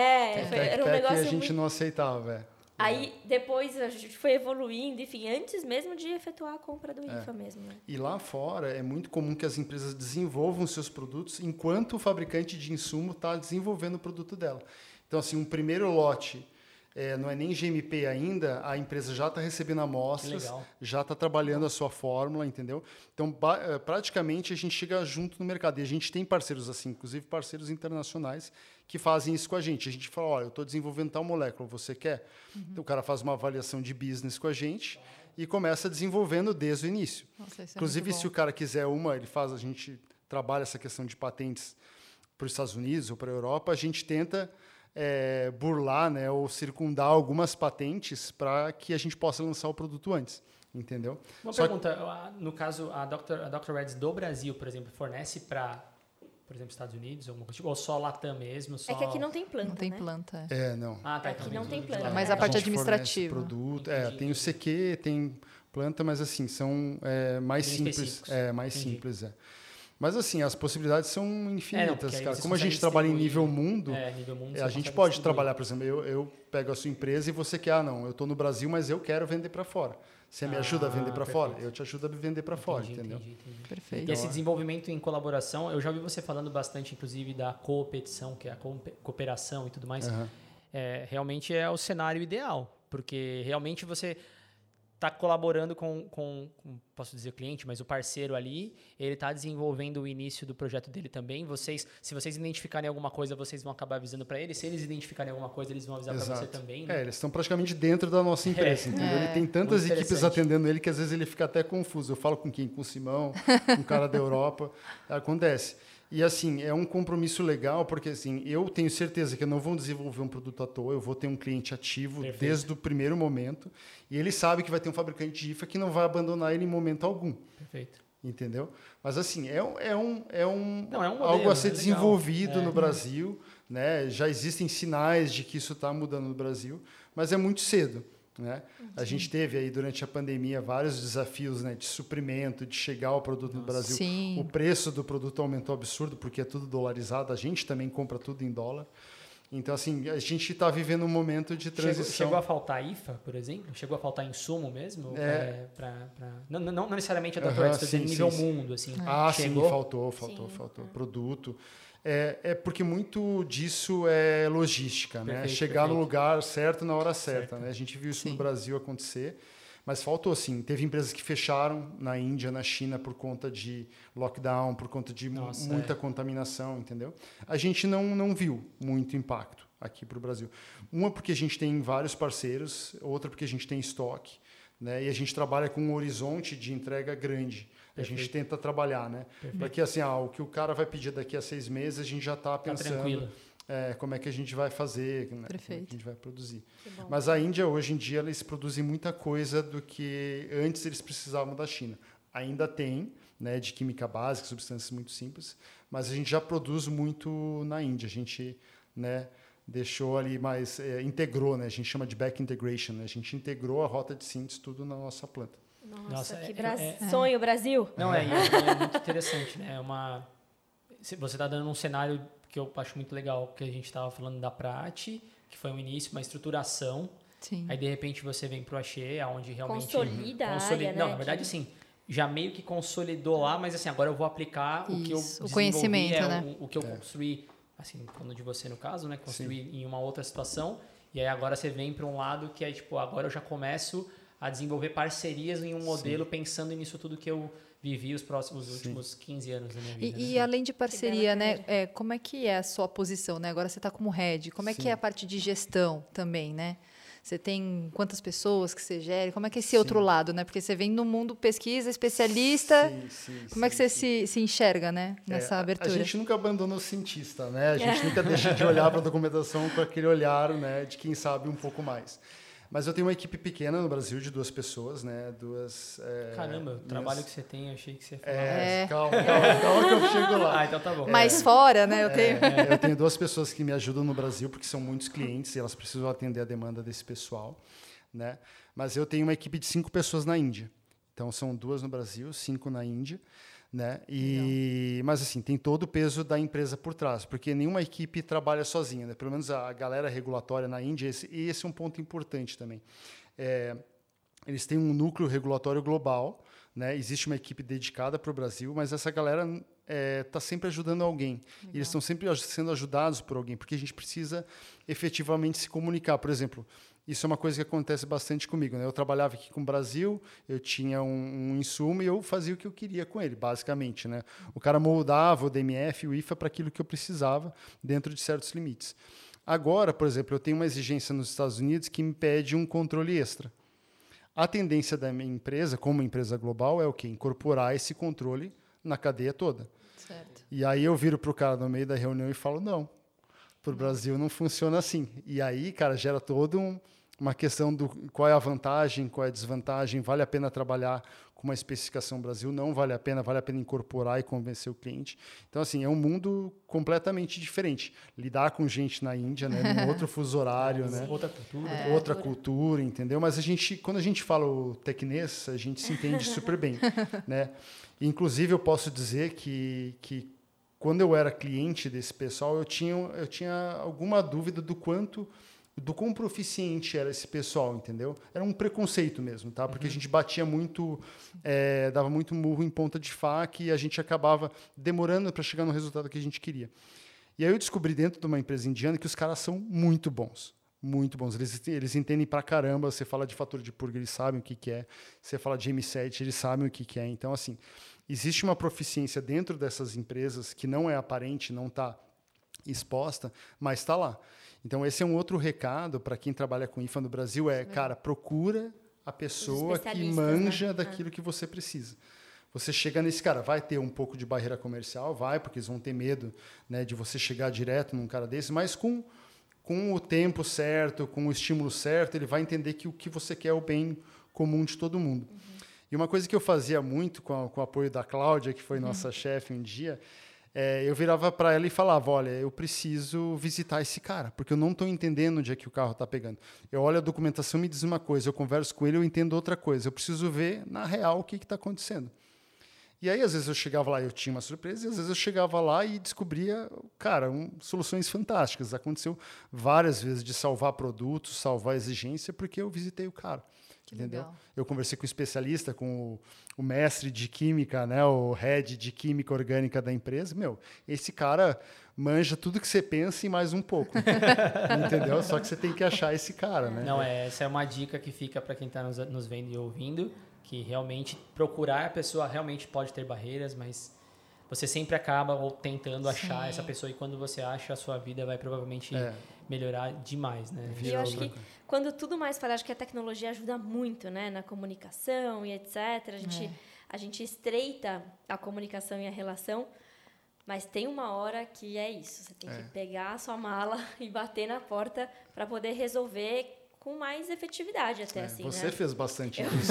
Era um negócio que a gente não aceitava, Aí, depois, a gente foi evoluindo, enfim, antes mesmo de efetuar a compra do IFA mesmo. Né? E lá fora, é muito comum que as empresas desenvolvam seus produtos enquanto o fabricante de insumo está desenvolvendo o produto dela. Então, assim, um primeiro lote não é nem GMP ainda, a empresa já está recebendo amostras, já está trabalhando a sua fórmula, entendeu? Então, praticamente, a gente chega junto no mercado. E a gente tem parceiros assim, inclusive parceiros internacionais, que fazem isso com a gente. A gente fala, olha, eu estou desenvolvendo tal molécula, você quer? Então, o cara faz uma avaliação de business com a gente e começa desenvolvendo desde o início. Nossa, isso é inclusive, muito bom. se o cara quiser a gente trabalha essa questão de patentes para os Estados Unidos ou para a Europa, a gente tenta burlar, né, ou circundar algumas patentes para que a gente possa lançar o produto antes, entendeu? Uma pergunta, no caso, a Dr. Reds do Brasil, por exemplo, fornece para, por exemplo, Estados Unidos, alguma coisa, ou só Latam mesmo? Só... É que aqui não tem planta, Não tem né? planta. Não. Ah, tá. Aqui não tem planta. Mas Mas a parte gente administrativa. fornece produto, Entendi. tem o CQ, tem planta, mas assim, são mais Bem simples. específicos. Mais Entendi. simples, Mas assim, as possibilidades são infinitas, porque aí cara. vocês Como a gente conseguem trabalha em distribuir. nível mundo, Nível mundo, a você gente consegue pode distribuir. trabalhar, por exemplo, eu pego a sua empresa e você quer, eu estou no Brasil, mas eu quero vender para fora. Você me ajuda a vender para fora? Eu te ajudo a vender para fora, entendeu? Entendi. Perfeito. E esse desenvolvimento em colaboração, eu já ouvi você falando bastante, inclusive, da coopetição, que é a cooperação e tudo mais. Aham. Realmente é o cenário ideal, porque realmente você está colaborando com, posso dizer, o cliente, mas o parceiro ali, ele está desenvolvendo o início do projeto dele também. Se vocês identificarem alguma coisa, vocês vão acabar avisando para ele. Se eles identificarem alguma coisa, eles vão avisar para você também. Né? Eles estão praticamente dentro da nossa empresa, entendeu? Ele tem tantas Muito equipes interessante. atendendo ele que às vezes ele fica até confuso. Eu falo com quem? Com o Simão, com o cara da Europa. Acontece. E assim, é um compromisso legal, porque assim, eu tenho certeza que eu não vou desenvolver um produto à toa, eu vou ter um cliente ativo desde o primeiro momento, e ele sabe que vai ter um fabricante de IFA que não vai abandonar ele em momento algum. Perfeito. Entendeu? Mas assim, modelo, algo a ser legal. desenvolvido no Brasil, né? Já existem sinais de que isso está mudando no Brasil, mas é muito cedo. Né? A gente teve aí durante a pandemia vários desafios, né, de suprimento, de chegar ao produto no Brasil. Sim. O preço do produto aumentou absurdo porque é tudo dolarizado. A gente também compra tudo em dólar. Então, assim, a gente está vivendo um momento de transição. Chegou a faltar IFA, por exemplo? Chegou a faltar insumo mesmo? Não necessariamente a Dr. Reds, estou dizendo nível mundo. Assim, chegou? Sim, faltou. Produto. Porque muito disso é logística, né? Chegar no lugar certo na hora certa. Né? A gente viu isso no Brasil acontecer, mas faltou sim. Teve empresas que fecharam na Índia, na China, por conta de lockdown, por conta de muita contaminação, entendeu? A gente não viu muito impacto aqui para o Brasil. Uma porque a gente tem vários parceiros, outra porque a gente tem estoque, né? E a gente trabalha com um horizonte de entrega grande. A gente tenta trabalhar, né? Para que assim, o que o cara vai pedir daqui a 6 meses, a gente já está pensando como é que a gente vai fazer, né? Como é que a gente vai produzir. Mas a Índia, hoje em dia, eles produzem muita coisa do que antes eles precisavam da China. Ainda tem, né, de química básica, substâncias muito simples, mas a gente já produz muito na Índia. A gente, né, deixou ali mais, integrou, né? A gente chama de back integration, né? A gente integrou a rota de síntese tudo na nossa planta. Nossa, que sonho, Brasil! Não, é muito interessante, né? Você está dando um cenário que eu acho muito legal, que a gente estava falando da Prati, que foi um início, uma estruturação. Sim. Aí, de repente, você vem para o Axê, onde realmente... Consolida a área, né? Não, na verdade, sim. Já meio que consolidou lá, mas assim, agora eu vou aplicar o que eu desenvolvi, o conhecimento, né? o que eu construí, assim, falando de você no caso, né? Construir em uma outra situação. E aí agora você vem para um lado que é, tipo, agora eu já começo a desenvolver parcerias em um modelo pensando nisso tudo que eu vivi os últimos 15 anos da minha vida. E além de parceria, né, como é que é a sua posição, né? Agora você está como head, como é que é a parte de gestão também, né? Você tem quantas pessoas que você gere? Como é que é esse outro lado, né? Porque você vem no mundo pesquisa, especialista. Como é que você se enxerga, né? Nessa abertura? A gente nunca abandona o cientista, né? A gente nunca deixa de olhar para a documentação com aquele olhar, né, de quem sabe um pouco mais. Mas eu tenho uma equipe pequena no Brasil de 2 pessoas, né? Caramba, o trabalho que você tem, eu achei que você ia falar. Calma que eu chego lá. Então tá bom. Mas fora, né? Eu tenho 2 pessoas que me ajudam no Brasil, porque são muitos clientes e elas precisam atender a demanda desse pessoal, né? Mas eu tenho uma equipe de 5 pessoas na Índia. Então, são 2 no Brasil, 5 na Índia. Né? Mas assim, tem todo o peso da empresa por trás, porque nenhuma equipe trabalha sozinha, né? Pelo menos a galera regulatória na Índia, esse é um ponto importante também. Eles têm um núcleo regulatório global, né? Existe uma equipe dedicada para o Brasil, mas essa galera está sempre ajudando alguém. E eles estão sempre sendo ajudados por alguém, porque a gente precisa efetivamente se comunicar. Por exemplo, isso é uma coisa que acontece bastante comigo, né? Eu trabalhava aqui com o Brasil, eu tinha um insumo e eu fazia o que eu queria com ele, basicamente, né? O cara moldava o DMF, o IFA para aquilo que eu precisava, dentro de certos limites. Agora, por exemplo, eu tenho uma exigência nos Estados Unidos que me pede um controle extra. A tendência da minha empresa, como empresa global, é o quê? Incorporar esse controle na cadeia toda. Certo. E aí eu viro para o cara no meio da reunião e falo, não, para o Brasil não funciona assim. E aí, cara, gera todo uma questão do qual é a vantagem, qual é a desvantagem, vale a pena trabalhar com uma especificação Brasil, não vale a pena incorporar e convencer o cliente. Então, assim, é um mundo completamente diferente. Lidar com gente na Índia, né, num outro fuso horário, né? Outra cultura. Outra cultura, entendeu? Mas quando a gente fala o tecnês, a gente se entende super bem, né? Inclusive, eu posso dizer que quando eu era cliente desse pessoal, eu tinha alguma dúvida do quão proficiente era esse pessoal, entendeu? Era um preconceito mesmo, tá? Porque a gente batia muito, dava muito murro em ponta de faca e a gente acabava demorando para chegar no resultado que a gente queria. E aí eu descobri dentro de uma empresa indiana que os caras são muito bons. Muito bons. Eles entendem pra caramba. Você fala de fator de purga, eles sabem o que é. Você fala de M7, eles sabem o que é. Então, assim, existe uma proficiência dentro dessas empresas que não é aparente, não está exposta, mas está lá. Então, esse é um outro recado para quem trabalha com IFA no Brasil, cara, procura a pessoa que manja, né, daquilo que você precisa. Você chega nesse cara, vai ter um pouco de barreira comercial, vai, porque eles vão ter medo, né, de você chegar direto num cara desse, mas com o tempo certo, com o estímulo certo, ele vai entender que o que você quer é o bem comum de todo mundo. E uma coisa que eu fazia muito com o apoio da Cláudia, que foi nossa chefe um dia, eu virava para ela e falava, olha, eu preciso visitar esse cara, porque eu não estou entendendo onde é que o carro está pegando. Eu olho a documentação, me diz uma coisa, eu converso com ele, eu entendo outra coisa. Eu preciso ver, na real, o que está acontecendo. E aí, às vezes, eu chegava lá e eu tinha uma surpresa, e às vezes eu chegava lá e descobria, cara, soluções fantásticas. Aconteceu várias vezes de salvar produtos, salvar exigência, porque eu visitei o cara. Que entendeu? Legal. Eu conversei com o especialista, com o mestre de química, né, o head de química orgânica da empresa. Esse cara manja tudo que você pensa e mais um pouco. Entendeu? Só que você tem que achar esse cara, né? Não, essa é uma dica que fica para quem está nos vendo e ouvindo, que realmente procurar a pessoa realmente pode ter barreiras, mas você sempre acaba tentando achar essa pessoa, e quando você acha, a sua vida vai provavelmente melhorar demais, né? E eu acho que quando tudo mais fala, acho que a tecnologia ajuda muito, né, na comunicação e etc. A gente estreita a comunicação e a relação, mas tem uma hora que é isso, você tem que pegar a sua mala e bater na porta para poder resolver com mais efetividade até, assim, você né? fez bastante isso.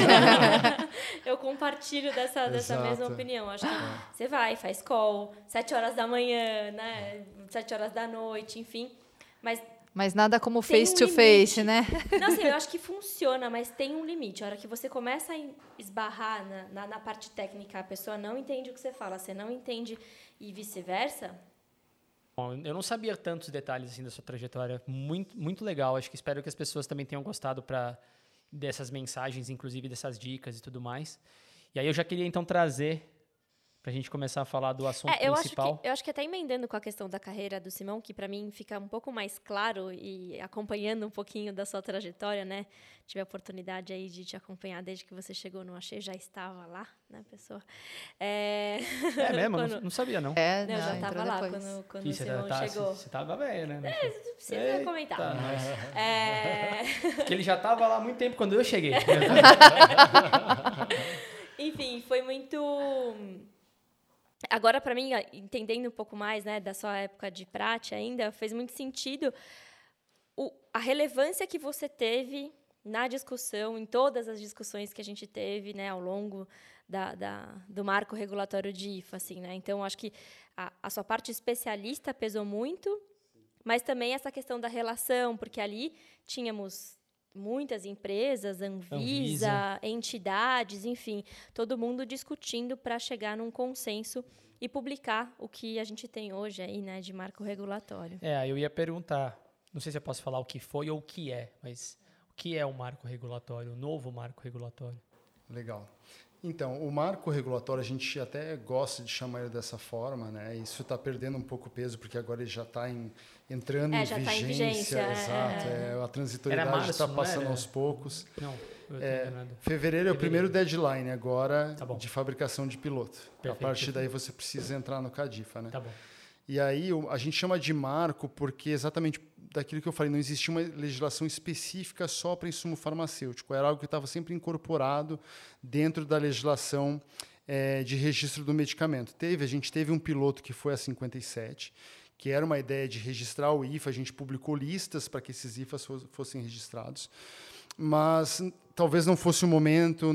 Eu compartilho dessa mesma opinião. Acho que você vai, faz call, 7 horas da manhã, né? 7 horas da noite, enfim. Mas nada como face-to-face, né? Não, assim, eu acho que funciona, mas tem um limite. A hora que você começa a esbarrar na parte técnica, a pessoa não entende o que você fala, você não entende e vice-versa. Bom, eu não sabia tantos detalhes assim da sua trajetória. Muito, muito legal. Acho que espero que as pessoas também tenham gostado dessas mensagens, inclusive dessas dicas e tudo mais. E aí eu já queria então trazer para a gente começar a falar do assunto principal. Eu acho que até emendando com a questão da carreira do Simão, que para mim fica um pouco mais claro e acompanhando um pouquinho da sua trajetória, né? Tive a oportunidade aí de te acompanhar desde que você chegou no Axê, já estava lá, né, pessoa? É mesmo? Não sabia, não. Não, já estava lá quando o Simão chegou. Você estava velha, né? Não precisa comentar. Porque ele já estava lá há muito tempo quando eu cheguei. Enfim, foi muito... Agora, para mim, entendendo um pouco mais, né, da sua época de Prate ainda, fez muito sentido a relevância que você teve na discussão, em todas as discussões que a gente teve, né, ao longo do marco regulatório de IFA. Assim, né? Então, acho que a sua parte especialista pesou muito, mas também essa questão da relação, porque ali tínhamos muitas empresas, Anvisa, entidades, enfim, todo mundo discutindo para chegar num consenso e publicar o que a gente tem hoje aí, né, de marco regulatório. Eu ia perguntar, não sei se eu posso falar o que foi ou o que é, mas o que é o marco regulatório, o novo marco regulatório? Legal. Então, o marco regulatório, a gente até gosta de chamar ele dessa forma, né? Isso está perdendo um pouco peso, porque agora ele já está entrando em já vigência. Tá em vigência. Exato. A transitoriedade está passando aos poucos. Não, eu nada. Fevereiro é o primeiro deadline agora de fabricação de piloto. Perfeito, a partir daí você precisa entrar no CADIFA, né? Tá bom. E aí a gente chama de marco porque exatamente daquilo que eu falei, não existia uma legislação específica só para insumo farmacêutico. Era algo que estava sempre incorporado dentro da legislação de registro do medicamento. A gente teve um piloto que foi a 57, que era uma ideia de registrar o IFA. A gente publicou listas para que esses IFAs fossem registrados. Mas talvez não fosse o momento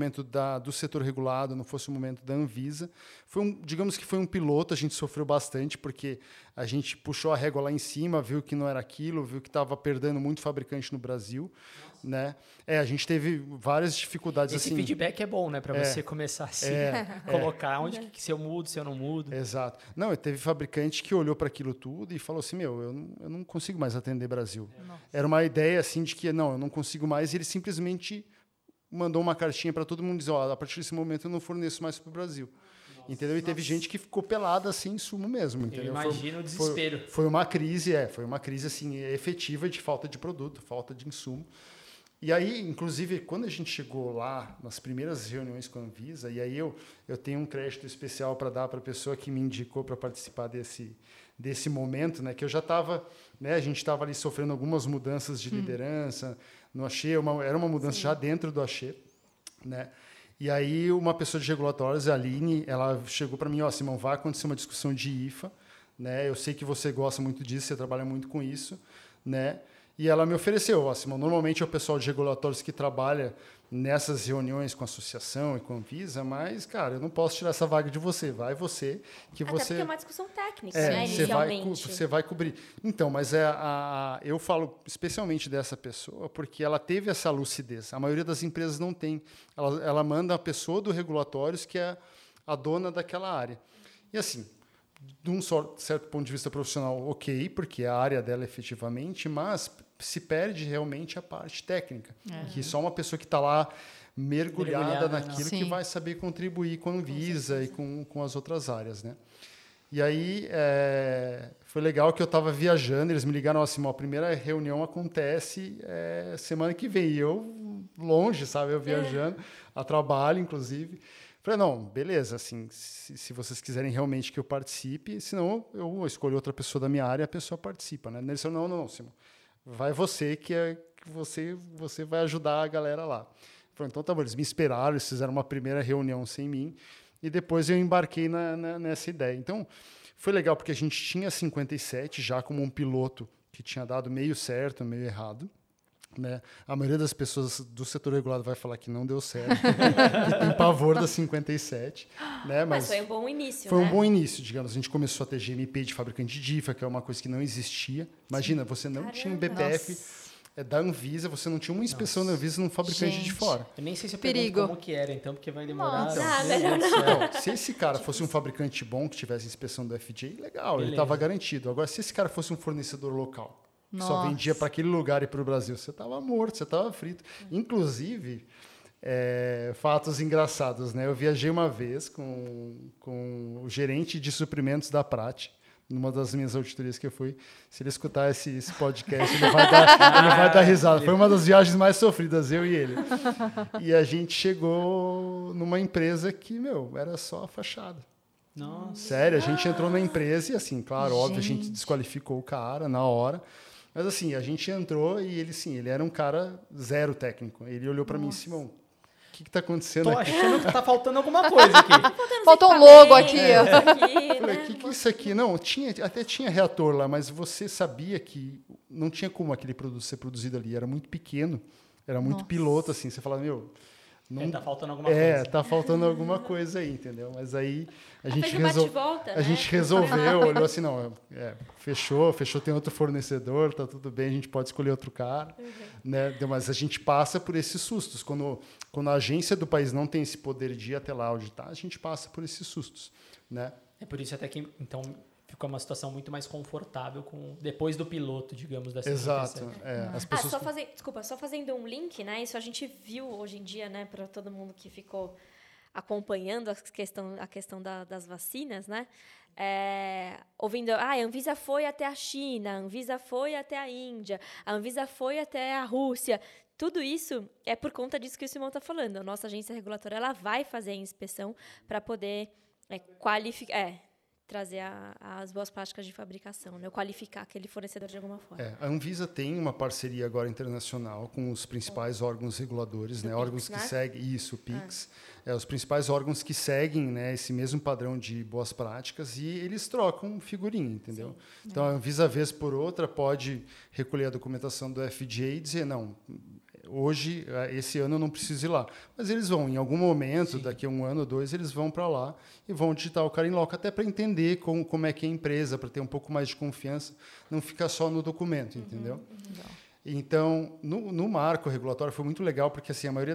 do setor regulado, não fosse o momento da Anvisa. Digamos que foi um piloto, a gente sofreu bastante, porque a gente puxou a régua lá em cima, viu que não era aquilo, viu que estava perdendo muito fabricante no Brasil. Né? A gente teve várias dificuldades. Esse assim, feedback é bom, né? Para você começar assim, colocar onde se eu mudo, se eu não mudo. Exato. Não, teve fabricante que olhou para aquilo tudo e falou assim, eu não consigo mais atender Brasil. Era uma ideia assim de que, eu não consigo mais, e ele simplesmente mandou uma cartinha para todo mundo dizer, a partir desse momento eu não forneço mais para o Brasil. Entendeu? E teve gente que ficou pelada assim, em sumo mesmo. Entendeu? Eu imagino o desespero. Foi uma crise assim, efetiva de falta de produto, falta de insumo. E aí, inclusive, quando a gente chegou lá, nas primeiras reuniões com a Anvisa, e aí eu tenho um crédito especial para dar para a pessoa que me indicou para participar desse momento, né, que eu já estava, né, a gente estava ali sofrendo algumas mudanças de liderança no Axê, era uma mudança já dentro do Axê, né? E aí uma pessoa de regulatórios, a Aline, ela chegou para mim, Simão, vai acontecer uma discussão de IFA, né? Eu sei que você gosta muito disso, você trabalha muito com isso, né? E ela me ofereceu, Simão, normalmente é o pessoal de regulatórios que trabalha nessas reuniões com a associação e com a Anvisa, mas, cara, eu não posso tirar essa vaga de você, vai você, que Até você... porque é uma discussão técnica, né, inicialmente. Você vai cobrir. Então, mas eu falo especialmente dessa pessoa porque ela teve essa lucidez. A maioria das empresas não tem. Ela manda a pessoa do regulatórios, que é a dona daquela área. E assim, de um certo ponto de vista profissional, ok, porque é a área dela efetivamente, mas se perde realmente a parte técnica, que só uma pessoa que está lá mergulhada naquilo que vai saber contribuir com a Anvisa e com as outras áreas, né? E aí foi legal que eu estava viajando, eles me ligaram assim, a primeira reunião acontece semana que vem, e eu longe, sabe, eu viajando, a trabalho, inclusive. Falei, não, beleza, assim, se vocês quiserem realmente que eu participe, senão eu escolho outra pessoa da minha área e a pessoa participa, né? Eles falaram, não, Simão, vai você, que você vai ajudar a galera lá. Eu falei, então tá bom, eles me esperaram, eles fizeram uma primeira reunião sem mim, e depois eu embarquei nessa ideia. Então, foi legal, porque a gente tinha 57 já como um piloto que tinha dado meio certo, meio errado. Né? A maioria das pessoas do setor regulado vai falar que não deu certo, que tem pavor da 57. Né? Mas foi um bom início, Foi um bom início, digamos. A gente começou a ter GMP de fabricante de IFA, que é uma coisa que não existia. Imagina, você não tinha um BPF da Anvisa, você não tinha uma inspeção da Anvisa num fabricante de fora. Eu nem sei se eu pergunto como que era, então, porque vai demorar. Melhor não. Então, se esse cara fosse um fabricante bom, que tivesse inspeção do FDA, legal, ele estava garantido. Agora, se esse cara fosse um fornecedor local, que só vendia para aquele lugar e para o Brasil, você estava morto, você estava frito. Inclusive, fatos engraçados, né? Eu viajei uma vez com o gerente de suprimentos da Prate, numa das minhas auditorias que eu fui. Se ele escutar esse podcast, ele vai dar risada. Foi uma das viagens mais sofridas, eu e ele. E a gente chegou numa empresa que, era só a fachada. Nossa. Sério, a gente entrou na empresa e, assim, claro, óbvio, a gente desqualificou o cara na hora. Mas, assim, a gente entrou e ele era um cara zero técnico. Ele olhou para mim, Simão, o que está acontecendo Tô aqui? achando que tá faltando alguma coisa aqui. Faltou um logo aqui, ó. Falei, o que é isso aqui? Não, até tinha reator lá, mas você sabia que não tinha como aquele produto ser produzido ali. Era muito pequeno, era muito piloto, assim. Você falava, tá faltando alguma coisa. Tá faltando alguma coisa aí, entendeu? Mas aí a gente a gente resolveu, olhou assim, não, fechou, tem outro fornecedor, tá tudo bem, a gente pode escolher outro cara, né? Mas a gente passa por esses sustos. Quando a agência do país não tem esse poder de ir até lá auditar, a gente passa por esses sustos, né? É por isso até que, então, ficou uma situação muito mais confortável depois do piloto, digamos, da 57. Exato. As pessoas... Só fazendo um link, né? Isso a gente viu hoje em dia, né? Para todo mundo que ficou acompanhando a questão das vacinas, né? Ouvindo, a Anvisa foi até a China, a Anvisa foi até a Índia, a Anvisa foi até a Rússia. Tudo isso é por conta disso que o Simão está falando. A nossa agência regulatória ela vai fazer a inspeção para poder qualificar, trazer as boas práticas de fabricação, né? Qualificar aquele fornecedor de alguma forma. A Anvisa tem uma parceria agora internacional com os principais órgãos reguladores, né? Órgãos que seguem isso, o PIX, os principais órgãos que seguem, né, esse mesmo padrão de boas práticas e eles trocam figurinha, entendeu? Sim. Então a Anvisa, vez por outra, pode recolher a documentação do FDA e dizer não. Hoje, esse ano eu não preciso ir lá. Mas eles vão, em algum momento, Sim. daqui a 1 ano ou 2, eles vão para lá e vão digitar o cara em loco, até para entender como é que é a empresa, para ter um pouco mais de confiança, não ficar só no documento, entendeu? Então, no marco regulatório foi muito legal, porque assim, a maioria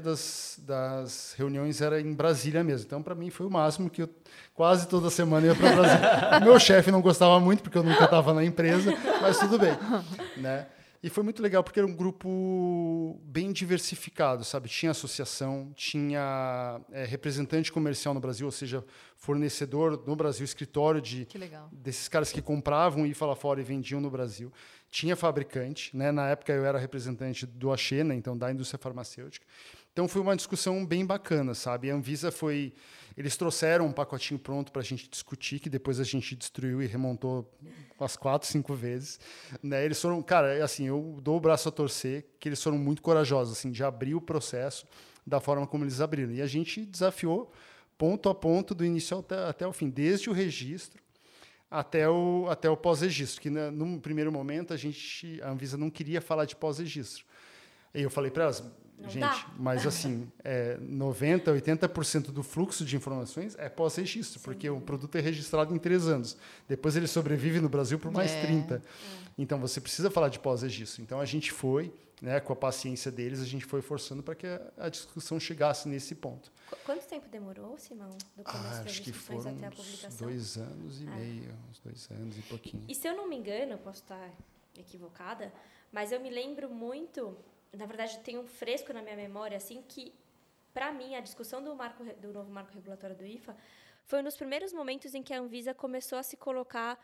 das reuniões era em Brasília mesmo. Então, para mim, foi o máximo, que eu quase toda semana ia para Brasília. Meu chefe não gostava muito, porque eu nunca estava na empresa, mas tudo bem, né? E foi muito legal porque era um grupo bem diversificado, sabe? Tinha associação, tinha representante comercial no Brasil, ou seja, fornecedor no Brasil, escritório desses caras que compravam e iam lá fora e vendiam no Brasil. Tinha fabricante, né? Na época eu era representante do Axena, então da indústria farmacêutica. Então foi uma discussão bem bacana, sabe? A Anvisa eles trouxeram um pacotinho pronto para a gente discutir, que depois a gente destruiu e remontou umas 4, 5 vezes. Né? Eles foram, cara, assim, eu dou o braço a torcer, que eles foram muito corajosos, assim, de abrir o processo da forma como eles abriram. E a gente desafiou ponto a ponto, do início até o fim, desde o registro até o pós-registro, que no primeiro momento a Anvisa não queria falar de pós-registro. E eu falei para elas, gente, mas assim, 90%, 80% do fluxo de informações é pós-registro, porque o produto é registrado em 3 anos. Depois ele sobrevive no Brasil por mais 30. Então, você precisa falar de pós-registro. Então, a gente foi, né, com a paciência deles, a gente foi forçando para que a discussão chegasse nesse ponto. Quanto tempo demorou, Simão, do começo das discussões até a publicação? 2 anos e meio, uns 2 anos e pouquinho. E se eu não me engano, posso estar equivocada, mas eu me lembro muito... Na verdade, tem um fresco na minha memória, assim, que, para mim, a discussão do novo marco regulatório do IFA foi um dos primeiros momentos em que a Anvisa começou a se colocar...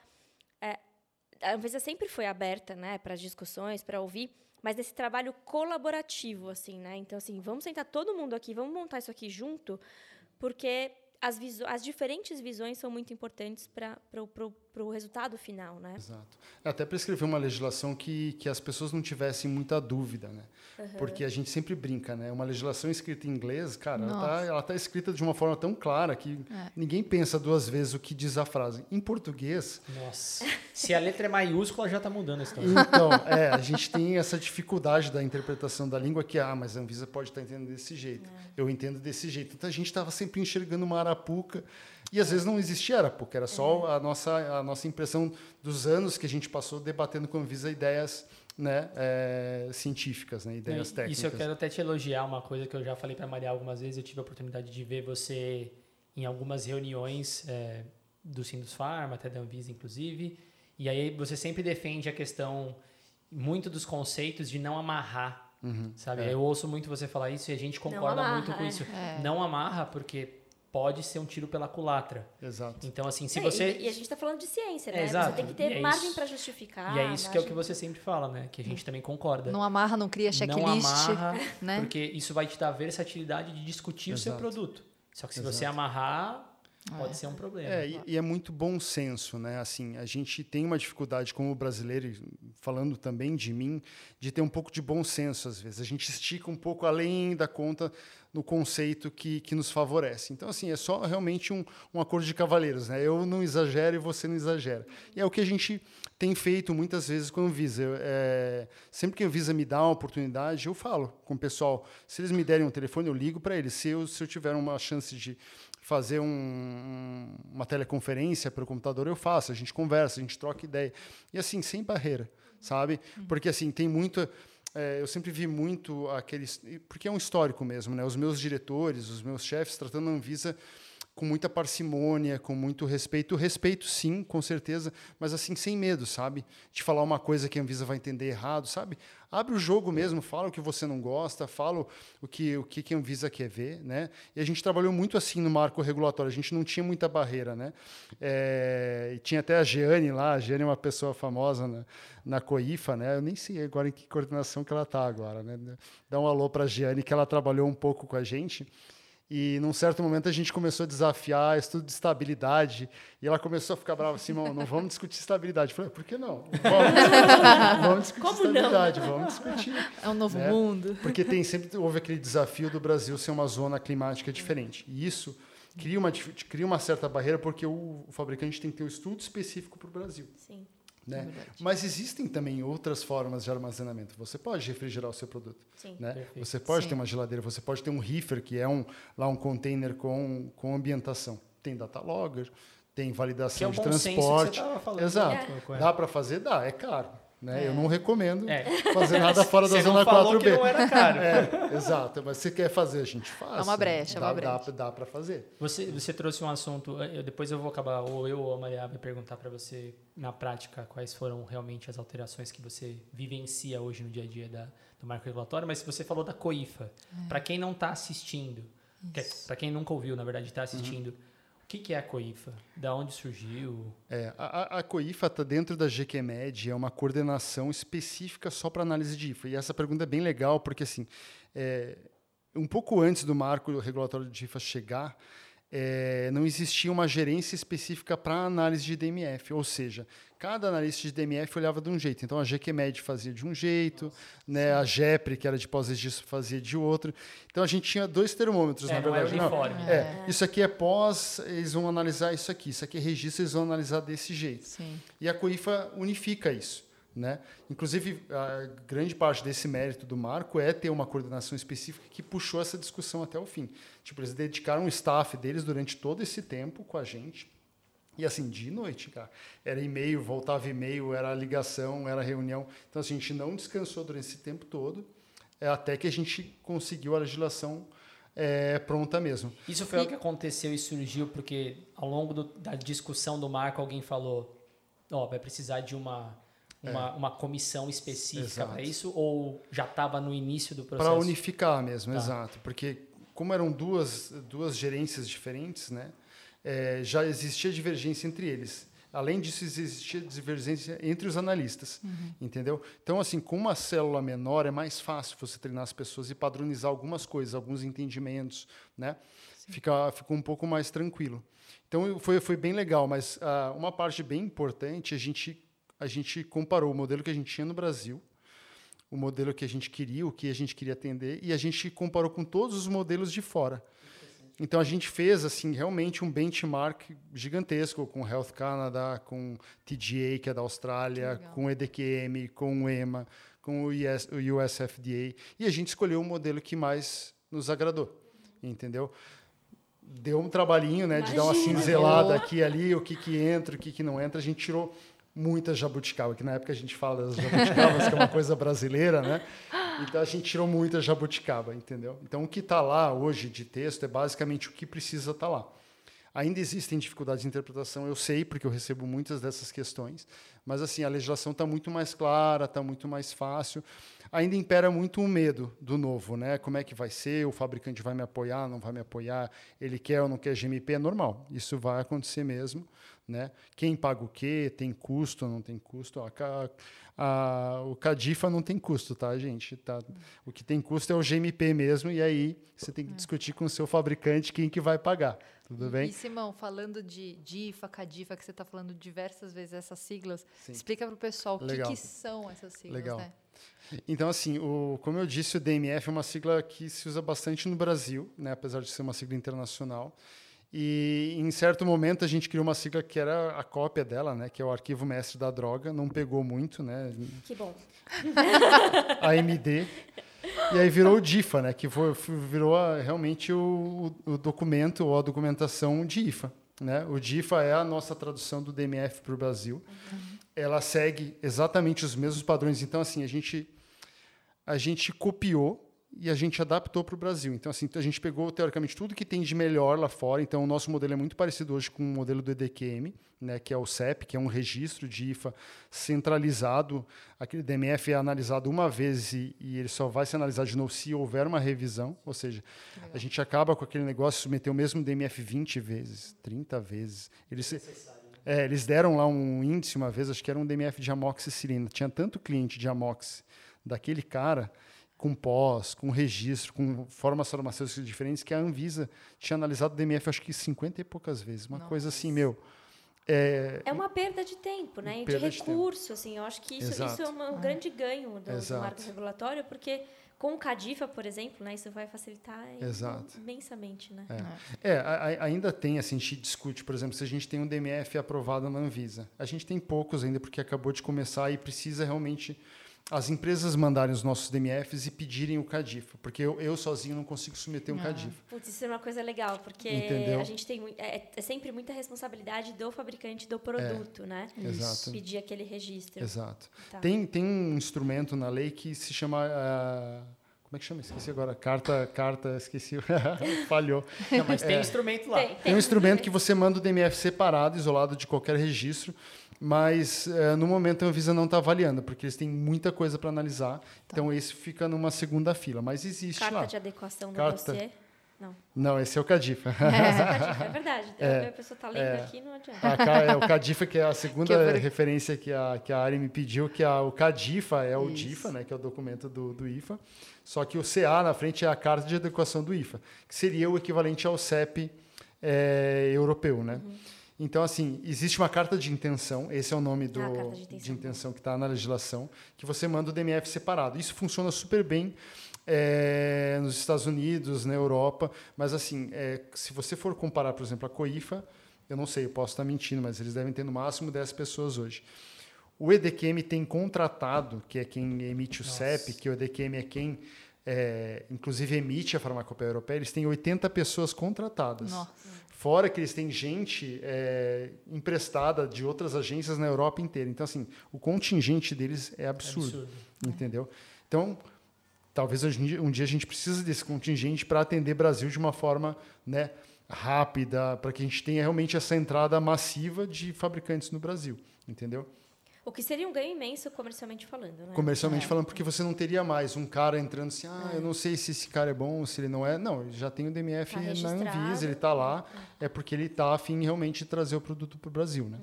a Anvisa sempre foi aberta, né, para as discussões, para ouvir, mas nesse trabalho colaborativo, assim, né? Então, assim, vamos sentar todo mundo aqui, vamos montar isso aqui junto, porque as diferentes visões são muito importantes para o resultado final, né? Exato. Até para escrever uma legislação que as pessoas não tivessem muita dúvida, né? Porque a gente sempre brinca, né? Uma legislação escrita em inglês, cara, ela tá escrita de uma forma tão clara que ninguém pensa 2 vezes o que diz a frase. Em português... Nossa, se a letra é maiúscula, já está mudando a história. Então, a gente tem essa dificuldade da interpretação da língua que, mas a Anvisa pode estar entendendo desse jeito. Eu entendo desse jeito. Então, a gente estava sempre enxergando uma arapuca e, às vezes, não existia arapuca. Era só a nossa impressão dos anos que a gente passou debatendo com a Anvisa ideias, né, científicas, né, ideias técnicas. Isso eu quero até te elogiar, uma coisa que eu já falei para a Maria algumas vezes. Eu tive a oportunidade de ver você em algumas reuniões do Sindusfarma, até da Anvisa, inclusive. E aí você sempre defende a questão, muito dos conceitos de não amarrar, sabe? Eu ouço muito você falar isso e a gente concorda muito com isso. Não amarra, porque pode ser um tiro pela culatra. Exato. Então, assim, se você... E a gente está falando de ciência, né? Exato. Você tem que ter margem para justificar. E é isso que é o que você sempre fala, né? Que a gente também concorda. Não amarra, não cria checklist. Não amarra, né? Porque isso vai te dar versatilidade de discutir o seu produto. Só que se você amarrar... Pode ser um problema. E é muito bom senso, né? Assim, a gente tem uma dificuldade como brasileiro, falando também de mim, de ter um pouco de bom senso às vezes. A gente estica um pouco além da conta no conceito que nos favorece. Então, assim, é só realmente um acordo de cavalheiros, né? Eu não exagero e você não exagera. E é o que a gente tem feito muitas vezes com a Anvisa. Sempre que a Anvisa me dá uma oportunidade, eu falo com o pessoal. Se eles me derem um telefone, eu ligo para eles. Se eu tiver uma chance de fazer uma teleconferência pelo computador, eu faço. A gente conversa, a gente troca ideia. E assim, sem barreira, sabe? Porque assim, tem muito... eu sempre vi muito aqueles... Porque é um histórico mesmo, né? Os meus diretores, os meus chefes tratando a Anvisa com muita parcimônia, com muito respeito. Respeito, sim, com certeza, mas assim, sem medo, sabe? De falar uma coisa que a Anvisa vai entender errado, sabe? Abre o jogo mesmo, fala o que você não gosta, fala o que a Anvisa quer ver, né? E a gente trabalhou muito assim no marco regulatório, a gente não tinha muita barreira, né? E tinha até a Jeane lá, a Jeane é uma pessoa famosa na COIFA, né? Eu nem sei agora em que coordenação que ela está agora, né? Dá um alô para a Jeane, que ela trabalhou um pouco com a gente. E, num certo momento, a gente começou a desafiar estudo de estabilidade. E ela começou a ficar brava assim, não vamos discutir estabilidade. Eu falei, por que não? Vamos discutir estabilidade, vamos discutir. É um novo mundo. Porque sempre houve aquele desafio do Brasil ser uma zona climática diferente. E isso cria uma certa barreira, porque o fabricante tem que ter um estudo específico para o Brasil. Sim. Né? Mas existem também outras formas de armazenamento. Você pode refrigerar o seu produto. Sim. Né? Você pode Sim. ter uma geladeira, você pode ter um reefer, que é um container com ambientação. Tem data logger, tem validação de transporte. Que você tava falando. Exato. É. Dá para fazer? Dá, é caro. Né? Eu não recomendo fazer nada fora da você zona não falou 4B. Que não era caro. Exato, mas se quer fazer, a gente faz. É uma brecha, Dá para fazer. Você trouxe um assunto, depois eu vou acabar, ou eu ou a Maria vai perguntar para você, na prática, quais foram realmente as alterações que você vivencia hoje no dia a dia do marco regulatório, mas você falou da COIFA. Para quem não está assistindo, para quem nunca ouviu, na verdade, está assistindo, o que é a COIFA? Da onde surgiu? A COIFA está dentro da GQMed, é uma coordenação específica só para análise de IFA. E essa pergunta é bem legal, porque assim, um pouco antes do marco regulatório de IFA chegar, não existia uma gerência específica para análise de DMF, ou seja, cada analista de DMF olhava de um jeito. Então, a GQMed fazia de um jeito, né? A GEPRE, que era de pós-registro, fazia de outro. Então, a gente tinha 2 termômetros, na verdade. Não era uniforme. Isso aqui é pós, eles vão analisar isso aqui é registro, eles vão analisar desse jeito. Sim. E a COIFA unifica isso. Né? Inclusive, a grande parte desse mérito do marco é ter uma coordenação específica que puxou essa discussão até o fim. Tipo, eles dedicaram o staff deles durante todo esse tempo com a gente. E assim, dia e noite, cara. Era e-mail, voltava e-mail, era ligação, era reunião. Então, assim, a gente não descansou durante esse tempo todo, até que a gente conseguiu a legislação pronta mesmo. Isso foi o que aconteceu e surgiu porque, ao longo da discussão do marco, alguém falou, vai precisar de uma comissão específica para isso, ou já estava no início do processo? Para unificar mesmo, exato. Porque como eram duas gerências diferentes, né, já existia divergência entre eles. Além disso, existia divergência entre os analistas, entendeu? Então, assim, com uma célula menor, é mais fácil você treinar as pessoas e padronizar algumas coisas, alguns entendimentos, né? Fica um pouco mais tranquilo. Então, foi bem legal, mas uma parte bem importante, a gente comparou o modelo que a gente tinha no Brasil, o modelo que a gente queria, o que a gente queria atender, e a gente comparou com todos os modelos de fora. Então, a gente fez assim realmente um benchmark gigantesco com o Health Canada, com o TGA, que é da Austrália, com o EDQM, com o EMA, com o US FDA, e a gente escolheu o modelo que mais nos agradou, entendeu? Deu um trabalhinho, né, de dar uma cinzelada aqui e ali, o que entra, o que não entra. A gente tirou muita jabuticaba, que na época a gente fala das jabuticabas, que é uma coisa brasileira, né? Então, a gente tirou muita jabuticaba, entendeu? Então, o que está lá hoje de texto é basicamente o que precisa estar lá. Ainda existem dificuldades de interpretação, eu sei, porque eu recebo muitas dessas questões, mas assim, a legislação está muito mais clara, está muito mais fácil. Ainda impera muito o medo do novo, né? Como é que vai ser? O fabricante vai me apoiar, não vai me apoiar? Ele quer ou não quer GMP? É normal, isso vai acontecer mesmo, né? Quem paga o quê? Tem custo ou não tem custo? O CADIFA não tem custo, tá, gente? Tá? O que tem custo é o GMP mesmo, e aí você tem que discutir com o seu fabricante quem que vai pagar. Tudo bem? E, Simão, falando de DIFA, CADIFA, que você está falando diversas vezes essas siglas, explica para o pessoal o que são essas siglas, né? Então, assim, como eu disse, o DMF é uma sigla que se usa bastante no Brasil, né, apesar de ser uma sigla internacional. E, em certo momento, a gente criou uma sigla que era a cópia dela, né, que é o Arquivo Mestre da Droga. Não pegou muito, né? Que bom. AMD. E aí virou o DIFA, né, que virou realmente o documento ou a documentação de IFA. Né? O DIFA é a nossa tradução do DMF para o Brasil. Ela segue exatamente os mesmos padrões. Então, assim, a gente copiou e a gente adaptou para o Brasil. Então, assim, a gente pegou, teoricamente, tudo que tem de melhor lá fora. Então, o nosso modelo é muito parecido hoje com o modelo do EDQM, né, que é o CEP, que é um registro de IFA centralizado. Aquele DMF é analisado uma vez e ele só vai ser analisado de novo se houver uma revisão. Ou seja, a gente acaba com aquele negócio de submeter o mesmo DMF 20 vezes, 30 vezes. Eles deram lá um índice uma vez, acho que era um DMF de amoxicilina. Tinha tanto cliente de amox daquele cara, com pós, com registro, com formas farmacêuticas diferentes, que a Anvisa tinha analisado o DMF, acho que 50 e poucas vezes. Uma coisa assim, É uma perda de tempo, né? E de recurso, assim. Eu acho que isso é um grande ganho do marco regulatório, porque com o CADIFA, por exemplo, né, isso vai facilitar imensamente, né? Ainda tem, assim, a gente discute, por exemplo, se a gente tem um DMF aprovado na Anvisa. A gente tem poucos ainda, porque acabou de começar e precisa realmente as empresas mandarem os nossos DMFs e pedirem o CADIFA, porque eu sozinho não consigo submeter um CADIFA. Putz, isso é uma coisa legal, porque a gente tem é sempre muita responsabilidade do fabricante do produto, né? Exato. Pedir aquele registro. Exato. Tá. Tem um instrumento na lei que se chama... como é que chama? Esqueci agora. Esqueci. Falhou. Não, mas tem instrumento lá. Tem um instrumento que você manda o DMF separado, isolado de qualquer registro, mas no momento a Anvisa não está avaliando, porque eles têm muita coisa para analisar. Então, esse fica numa segunda fila. Mas existe lá. Carta de adequação do dossiê? Não, esse é o CADIFA. É verdade. A pessoa está lendo aqui, não adianta. O CADIFA, que é a segunda referência que a Ari me pediu, que o CADIFA é o DIFA, né, que é o documento do IFA. Só que o CA na frente é a Carta de Adequação do IFA, que seria o equivalente ao CEP europeu, né? Então, assim, existe uma carta de intenção, esse é o nome de intenção que está na legislação, que você manda o DMF separado. Isso funciona super bem nos Estados Unidos, na Europa, mas, assim, se você for comparar, por exemplo, a COIFA, eu não sei, eu posso estar mentindo, mas eles devem ter no máximo 10 pessoas hoje. O EDQM tem contratado, que é quem emite o CEP, que o EDQM é quem, inclusive, emite a farmacopeia europeia, eles têm 80 pessoas contratadas. Nossa. Fora que eles têm gente emprestada de outras agências na Europa inteira. Então, assim, o contingente deles é absurdo. Entendeu? Então, talvez um dia a gente precise desse contingente para atender o Brasil de uma forma, né, rápida, para que a gente tenha realmente essa entrada massiva de fabricantes no Brasil. Entendeu? O que seria um ganho imenso comercialmente falando, né? Comercialmente falando, porque você não teria mais um cara entrando assim, eu não sei se esse cara é bom, se ele não é. Não, ele já tem o DMF na Anvisa, ele está lá, é porque ele está a fim realmente de trazer o produto para o Brasil, né?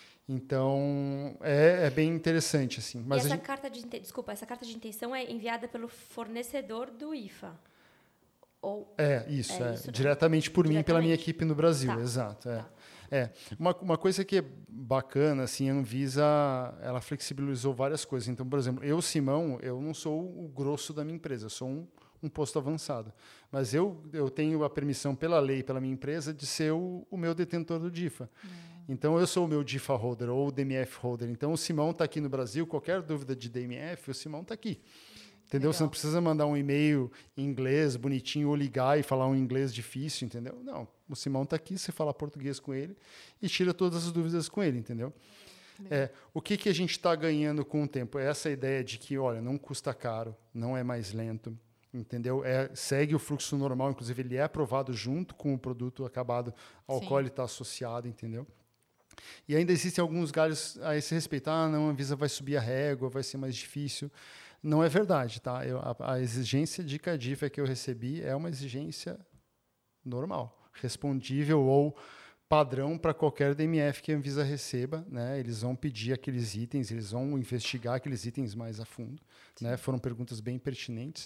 Então, é bem interessante, assim. Mas essa carta de intenção é enviada pelo fornecedor do IFA? Ou isso, diretamente por mim, pela minha equipe no Brasil, exato. Uma coisa que é bacana, assim, a Anvisa, ela flexibilizou várias coisas. Então, por exemplo, Simão, eu não sou o grosso da minha empresa, eu sou um posto avançado. Mas eu tenho a permissão pela lei, pela minha empresa, de ser o meu detentor do DIFA. Então, eu sou o meu DIFA holder ou o DMF holder. Então, o Simão está aqui no Brasil, qualquer dúvida de DMF, o Simão está aqui. Entendeu? Legal. Você não precisa mandar um e-mail em inglês bonitinho ou ligar e falar um inglês difícil, entendeu? Não, o Simão está aqui, você fala português com ele e tira todas as dúvidas com ele, entendeu? O que a gente está ganhando com o tempo? É essa ideia de que, olha, não custa caro, não é mais lento, entendeu? Segue o fluxo normal, inclusive ele é aprovado junto com o produto acabado ao qual ele está associado, entendeu? E ainda existem alguns galhos a esse respeito. Não, a Anvisa vai subir a régua, vai ser mais difícil. Não é verdade, tá? A exigência de CADIFA que eu recebi é uma exigência normal, respondível ou padrão para qualquer DMF que a Anvisa receba, né? Eles vão pedir aqueles itens, eles vão investigar aqueles itens mais a fundo, né? Foram perguntas bem pertinentes.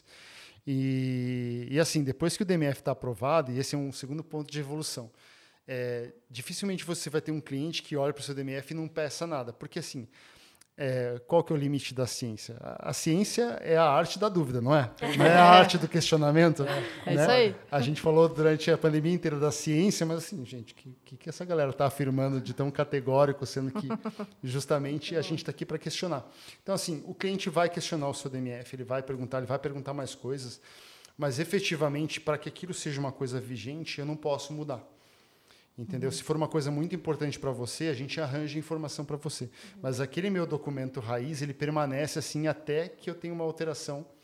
E assim, depois que o DMF está aprovado, e esse é um segundo ponto de evolução, dificilmente você vai ter um cliente que olha para o seu DMF e não peça nada, porque assim, qual que é o limite da ciência? A ciência é a arte da dúvida, não é? Não é a arte do questionamento. Né? Isso aí. A gente falou durante a pandemia inteira da ciência, mas assim, gente, que essa galera está afirmando de tão categórico, sendo que justamente a gente está aqui para questionar. Então, assim, o cliente vai questionar o seu DMF, ele vai perguntar mais coisas, mas efetivamente, para que aquilo seja uma coisa vigente, eu não posso mudar. Entendeu? Se for uma coisa muito importante para você, a gente arranja informação para você. Mas aquele meu documento raiz, ele permanece assim até que eu tenha uma alteração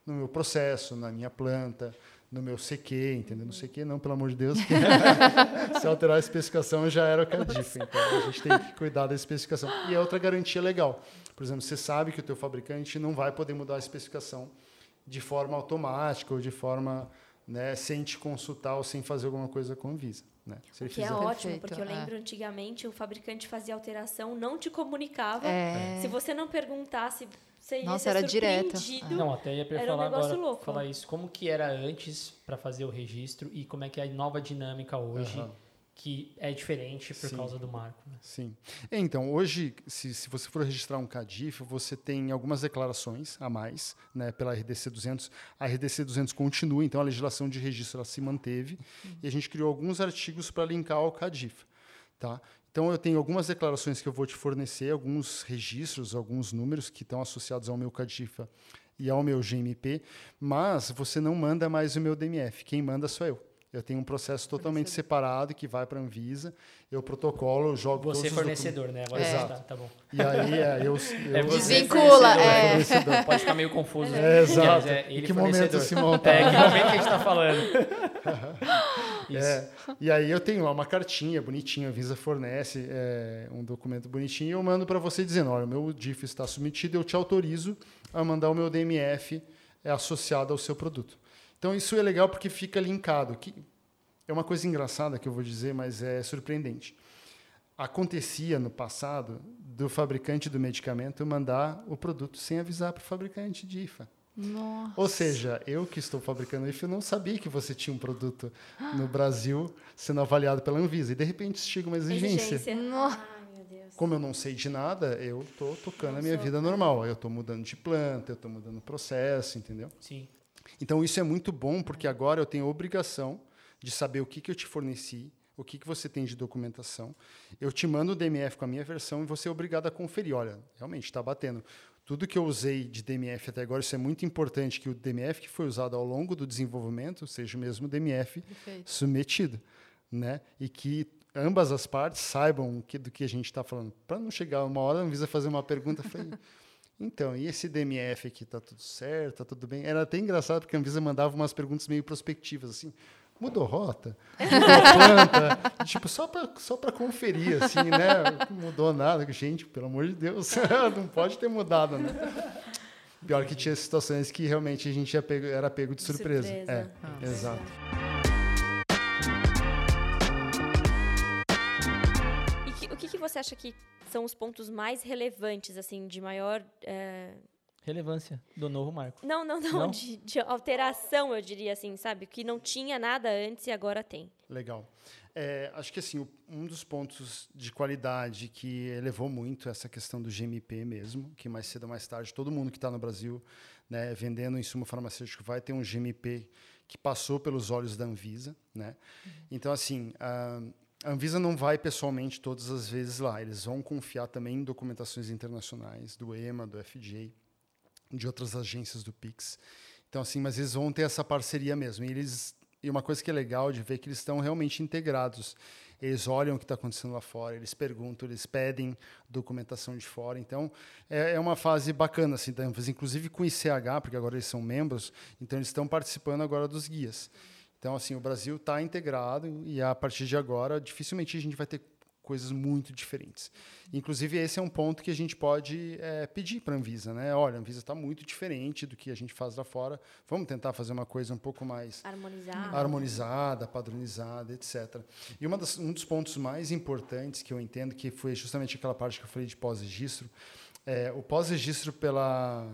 no meu processo, na minha planta, no meu CQ, entendeu? No CQ não, pelo amor de Deus, se alterar a especificação já era o CADIFA, então a gente tem que cuidar da especificação. E é outra garantia legal. Por exemplo, você sabe que o teu fabricante não vai poder mudar a especificação de forma automática ou de forma, né, sem te consultar ou sem fazer alguma coisa com a Anvisa. Né? Se ele Que é fizer... ótimo, porque eu lembro antigamente o fabricante fazia alteração, não te comunicava. Se você não perguntasse, você ia ser era direto. surpreendido. Não, até ia Era um falar negócio agora, louco. falar isso. Como que era antes para fazer o registro e como é que é a nova dinâmica hoje, que é diferente por causa do marco. Né? Sim. Então, hoje, se você for registrar um CADIFA, você tem algumas declarações a mais, né, pela RDC 200. A RDC 200 continua, então a legislação de registro ela se manteve, e a gente criou alguns artigos para linkar ao CADIFA. Tá? Então, eu tenho algumas declarações que eu vou te fornecer, alguns registros, alguns números que estão associados ao meu CADIFA e ao meu GMP, mas você não manda mais o meu DMF, quem manda sou eu. Eu tenho um processo totalmente separado que vai para a Anvisa, eu protocolo, eu jogo todos os fornecedor, né? Agora Exato. Tá bom. E aí, eu desvincula. fornecedor. Pode ficar meio confuso. Exato. Ele Que momento, Simão? Que momento que a gente está falando? E aí eu tenho lá uma cartinha bonitinha, a Anvisa fornece um documento bonitinho e eu mando para você dizendo, olha, o meu DIF está submetido, eu te autorizo a mandar o meu DMF associado ao seu produto. Então, isso é legal porque fica linkado. Que é uma coisa engraçada que eu vou dizer, mas é surpreendente. Acontecia no passado do fabricante do medicamento mandar o produto sem avisar para o fabricante de IFA. Nossa. Ou seja, eu que estou fabricando IFA, eu não sabia que você tinha um produto no Brasil sendo avaliado pela Anvisa. E, de repente, chega uma exigência. Ai, meu Deus. Como eu não sei de nada, eu estou tocando a minha vida normal. Eu estou mudando de planta, eu estou mudando o processo, entendeu? Sim. Então, isso é muito bom, porque agora eu tenho a obrigação de saber o que eu te forneci, o que você tem de documentação. Eu te mando o DMF com a minha versão e você é obrigado a conferir. Olha, realmente está batendo. Tudo que eu usei de DMF até agora, isso é muito importante, que o DMF que foi usado ao longo do desenvolvimento seja o mesmo DMF submetido. Né? E que ambas as partes saibam do que a gente está falando. Para não chegar uma hora, a Anvisa fazer uma pergunta, eu falei... Então, e esse DMF aqui, tá tudo certo, tá tudo bem? Era até engraçado, porque a Anvisa mandava umas perguntas meio prospectivas, assim, mudou rota? Mudou planta? Tipo, só para conferir, assim, né? Não mudou nada. Gente, pelo amor de Deus, não pode ter mudado, né? Pior que tinha situações que realmente a gente era pego de surpresa. Exato. O que você acha que são os pontos mais relevantes, assim, de maior... Relevância do novo marco. Não. De alteração, eu diria assim, sabe? Que não tinha nada antes e agora tem. Legal. Acho que assim, um dos pontos de qualidade que elevou muito essa questão do GMP mesmo, que mais cedo ou mais tarde, todo mundo que está no Brasil, né, vendendo insumo farmacêutico vai ter um GMP que passou pelos olhos da Anvisa. Né? Então, assim... A Anvisa não vai pessoalmente todas as vezes lá. Eles vão confiar também em documentações internacionais, do EMA, do FDA, de outras agências do PIX. Então, assim, mas eles vão ter essa parceria mesmo. E uma coisa que é legal de ver é que eles estão realmente integrados. Eles olham o que está acontecendo lá fora, eles perguntam, eles pedem documentação de fora. Então, é uma fase bacana assim, da Anvisa, inclusive com o ICH, porque agora eles são membros, então eles estão participando agora dos guias. Então, assim, o Brasil está integrado e, a partir de agora, dificilmente a gente vai ter coisas muito diferentes. Inclusive, esse é um ponto que a gente pode pedir para a Anvisa. Né? Olha, a Anvisa está muito diferente do que a gente faz lá fora. Vamos tentar fazer uma coisa um pouco mais harmonizada, padronizada, etc. E um dos pontos mais importantes que eu entendo, que foi justamente aquela parte que eu falei de pós-registro, o pós-registro pela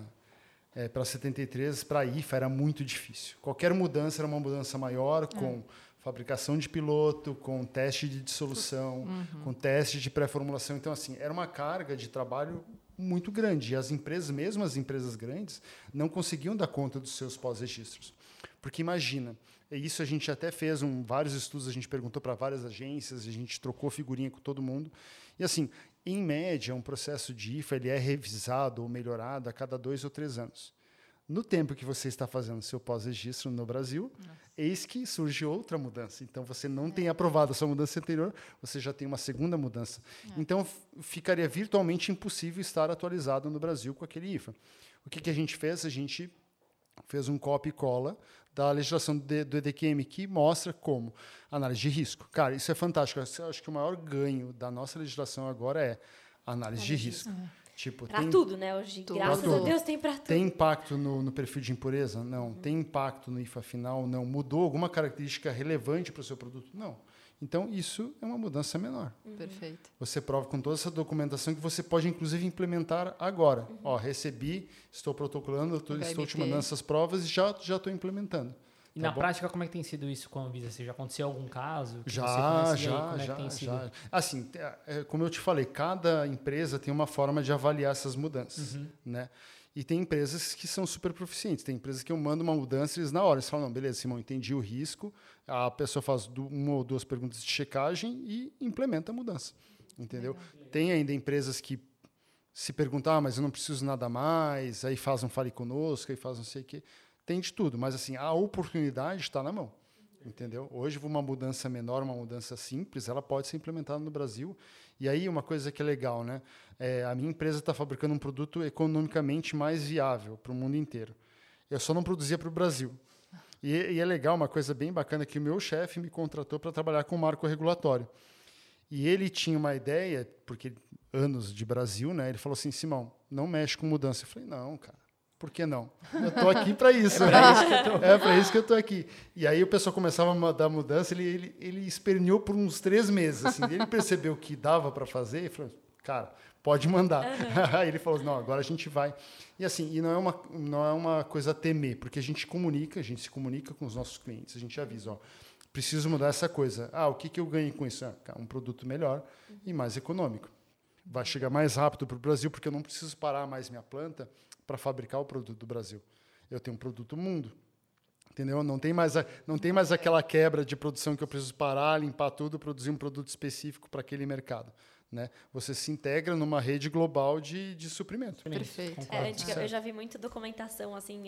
73, para a IFA, era muito difícil. Qualquer mudança era uma mudança maior, com fabricação de piloto, com teste de dissolução, com teste de pré-formulação. Então, assim, era uma carga de trabalho muito grande. E as empresas, mesmo as empresas grandes, não conseguiam dar conta dos seus pós-registros. Porque, imagina, isso a gente até fez vários estudos, a gente perguntou para várias agências, a gente trocou figurinha com todo mundo. E, assim, em média, um processo de IFA ele é revisado ou melhorado a cada 2 ou 3 anos. No tempo que você está fazendo seu pós-registro no Brasil, eis que surge outra mudança. Então, você não tem aprovado a sua mudança anterior, você já tem uma segunda mudança. Então, ficaria virtualmente impossível estar atualizado no Brasil com aquele IFA. O que a gente fez? A gente fez um copy e cola da legislação do EDQM que mostra como análise de risco. Cara, isso é fantástico. Eu acho que o maior ganho da nossa legislação agora é análise de risco. Tipo, para tudo, né? Hoje, graças a Deus, tem para tudo. Tem impacto no perfil de impureza? Não. Tem impacto no IFA final? Não. Mudou alguma característica relevante para o seu produto? Não. Então, isso é uma mudança menor. Perfeito. Você prova com toda essa documentação que você pode, inclusive, implementar agora. Ó, recebi, estou protocolando, estou te mandando essas provas e já estou implementando. E na prática, como é que tem sido isso com a Anvisa? Já aconteceu algum caso? Já. Sido? Assim, como eu te falei, cada empresa tem uma forma de avaliar essas mudanças, né? E tem empresas que são super proficientes. Tem empresas que eu mando uma mudança e eles na hora eles falam, não, beleza, Simão, entendi o risco. A pessoa faz uma ou duas perguntas de checagem e implementa a mudança, entendeu? Tem ainda empresas que se perguntam, mas eu não preciso nada mais, aí faz um fale conosco, aí faz não sei o quê. Tem de tudo, mas assim, a oportunidade está na mão, entendeu? Hoje, uma mudança menor, uma mudança simples, ela pode ser implementada no Brasil. E aí, uma coisa que é legal, né? A minha empresa está fabricando um produto economicamente mais viável para o mundo inteiro. Eu só não produzia para o Brasil. E é legal, uma coisa bem bacana, que o meu chefe me contratou para trabalhar com marco regulatório. E ele tinha uma ideia, porque anos de Brasil, né? Ele falou assim, Simão, não mexe com mudança. Eu falei, não, cara. Por que não? Eu estou aqui para isso. É para isso que eu estou aqui. E aí o pessoal começava a dar mudança, ele esperneou por uns 3 meses. Assim. Ele percebeu que dava para fazer e falou, cara, pode mandar. Aí ele falou, não, agora a gente vai. E assim, e não é uma coisa a temer, porque a gente se comunica com os nossos clientes, a gente avisa, ó, preciso mudar essa coisa. O que eu ganho com isso? Um produto melhor e mais econômico. Vai chegar mais rápido para o Brasil, porque eu não preciso parar mais minha planta para fabricar o produto do Brasil. Eu tenho um produto mundo, entendeu? Não tem mais aquela quebra de produção que eu preciso parar, limpar tudo, produzir um produto específico para aquele mercado, né? Você se integra numa rede global de suprimento. Perfeito. Eu já vi muita documentação, assim,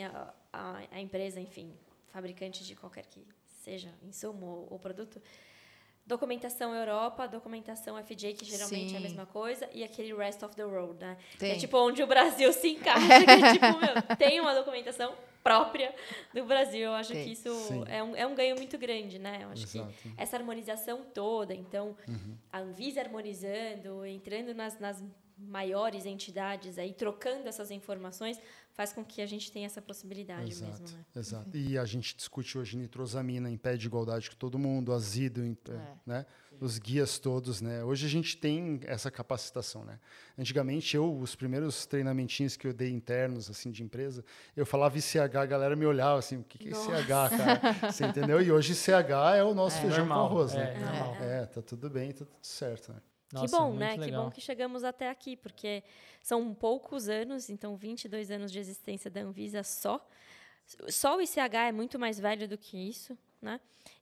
a empresa, enfim, fabricante de qualquer que seja insumo ou produto, documentação Europa, documentação FJ, que geralmente é a mesma coisa, e aquele rest of the world, né? Que é tipo onde o Brasil se encaixa, que é tipo, tem uma documentação própria do Brasil. Eu acho que isso é um ganho muito grande, né? Eu acho que essa harmonização toda, então, a Anvisa harmonizando, entrando nas maiores entidades, aí trocando essas informações, faz com que a gente tenha essa possibilidade mesmo. Né? Exato. E a gente discute hoje nitrosamina em pé de igualdade com todo mundo, azido, né? Os guias todos, né? Hoje a gente tem essa capacitação, né? Antigamente, os primeiros treinamentinhos que eu dei internos, assim, de empresa, eu falava ICH, a galera me olhava assim, o que é ICH, cara? Você entendeu? E hoje ICH é o nosso feijão normal, com arroz, né? Tá tudo bem, tá tudo certo, né? Nossa, que bom, né? Legal. Que bom que chegamos até aqui, porque são poucos anos, então 22 anos de existência da Anvisa só. Só o ICH é muito mais velho do que isso, né?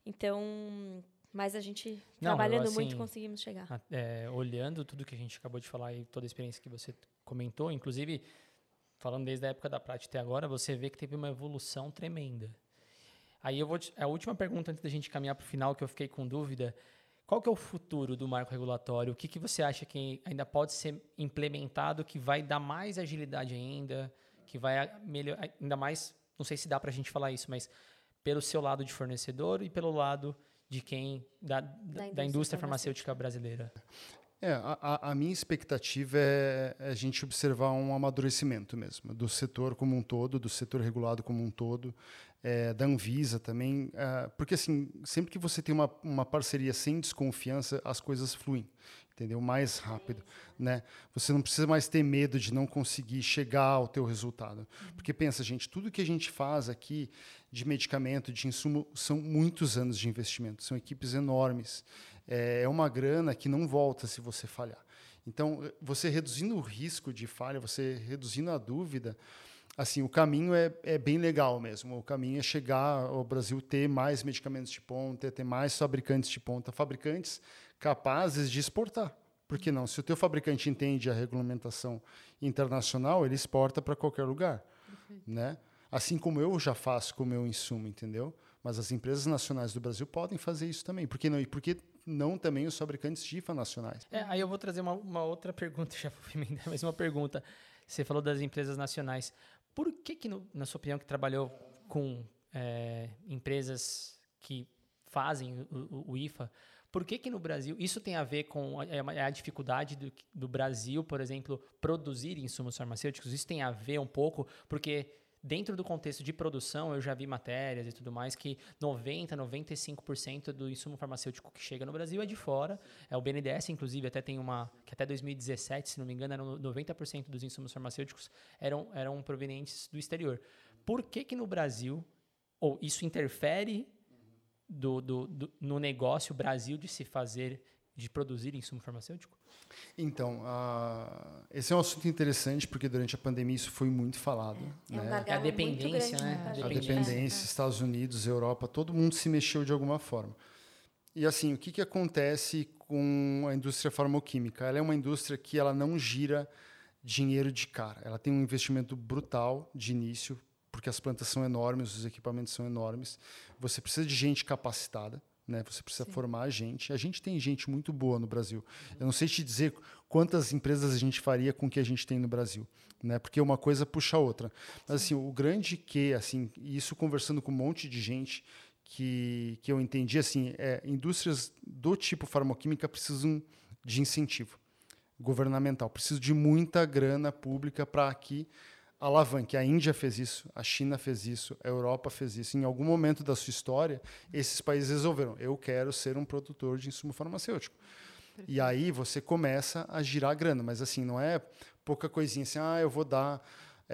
Então, mas a gente, trabalhando muito, conseguimos chegar. Olhando tudo que a gente acabou de falar e toda a experiência que você comentou, inclusive, falando desde a época da Prati até agora, você vê que teve uma evolução tremenda. Aí a última pergunta, antes da gente caminhar para o final, que eu fiquei com dúvida. Qual que é o futuro do marco regulatório? O que você acha que ainda pode ser implementado, que vai dar mais agilidade ainda, que vai melhorar, ainda mais, não sei se dá para a gente falar isso, mas pelo seu lado de fornecedor e pelo lado de quem da indústria farmacêutica brasileira? A minha expectativa é a gente observar um amadurecimento mesmo, do setor como um todo, do setor regulado como um todo, da Anvisa também, porque assim, sempre que você tem uma parceria sem desconfiança, as coisas fluem, entendeu? Mais rápido, né? Você não precisa mais ter medo de não conseguir chegar ao teu resultado, porque pensa, gente, tudo que a gente faz aqui de medicamento, de insumo, são muitos anos de investimento, são equipes enormes, é uma grana que não volta se você falhar. Então, você reduzindo o risco de falha, você reduzindo a dúvida, assim, o caminho é bem legal mesmo. O caminho é chegar ao Brasil ter mais medicamentos de ponta, ter mais fabricantes de ponta, fabricantes capazes de exportar. Por que não? Se o teu fabricante entende a regulamentação internacional, ele exporta para qualquer lugar, né? Assim como eu já faço com o meu insumo, entendeu? Mas as empresas nacionais do Brasil podem fazer isso também. Por que não? E por que não também os fabricantes de IFA nacionais? Aí eu vou trazer uma outra pergunta, já vou emendar mais uma pergunta. Você falou das empresas nacionais. Por que na sua opinião, que trabalhou com empresas que fazem o IFA, por que no Brasil, isso tem a ver com a dificuldade do Brasil, por exemplo, produzir insumos farmacêuticos? Isso tem a ver um pouco, porque dentro do contexto de produção, eu já vi matérias e tudo mais, que 95% do insumo farmacêutico que chega no Brasil é de fora. O BNDES, inclusive, até tem que até 2017, se não me engano, eram 90% dos insumos farmacêuticos eram provenientes do exterior. Por que no Brasil, ou isso interfere no negócio Brasil de produzir insumo farmacêutico? Então, esse é um assunto interessante, porque durante a pandemia isso foi muito falado. É um né? gargalo A dependência, muito grande, né? pra A gente. dependência, Estados Unidos, Europa, todo mundo se mexeu de alguma forma. E assim, o que acontece com a indústria farmacêutica? Ela é uma indústria que ela não gira dinheiro de cara. Ela tem um investimento brutal de início, porque as plantas são enormes, os equipamentos são enormes. Você precisa de gente capacitada, né? Você precisa formar gente. A gente tem gente muito boa no Brasil. Eu não sei te dizer quantas empresas a gente faria com o que a gente tem no Brasil, né? Porque uma coisa puxa a outra. Mas assim, o grande assim, isso conversando com um monte de gente que eu entendi, assim, indústrias do tipo farmacêutica precisam de incentivo governamental, precisam de muita grana pública para que alavanque. A Índia fez isso, a China fez isso, a Europa fez isso. Em algum momento da sua história, esses países resolveram: eu quero ser um produtor de insumo farmacêutico. Perfeito. E aí você começa a girar grana, mas assim, não é pouca coisinha assim, eu vou dar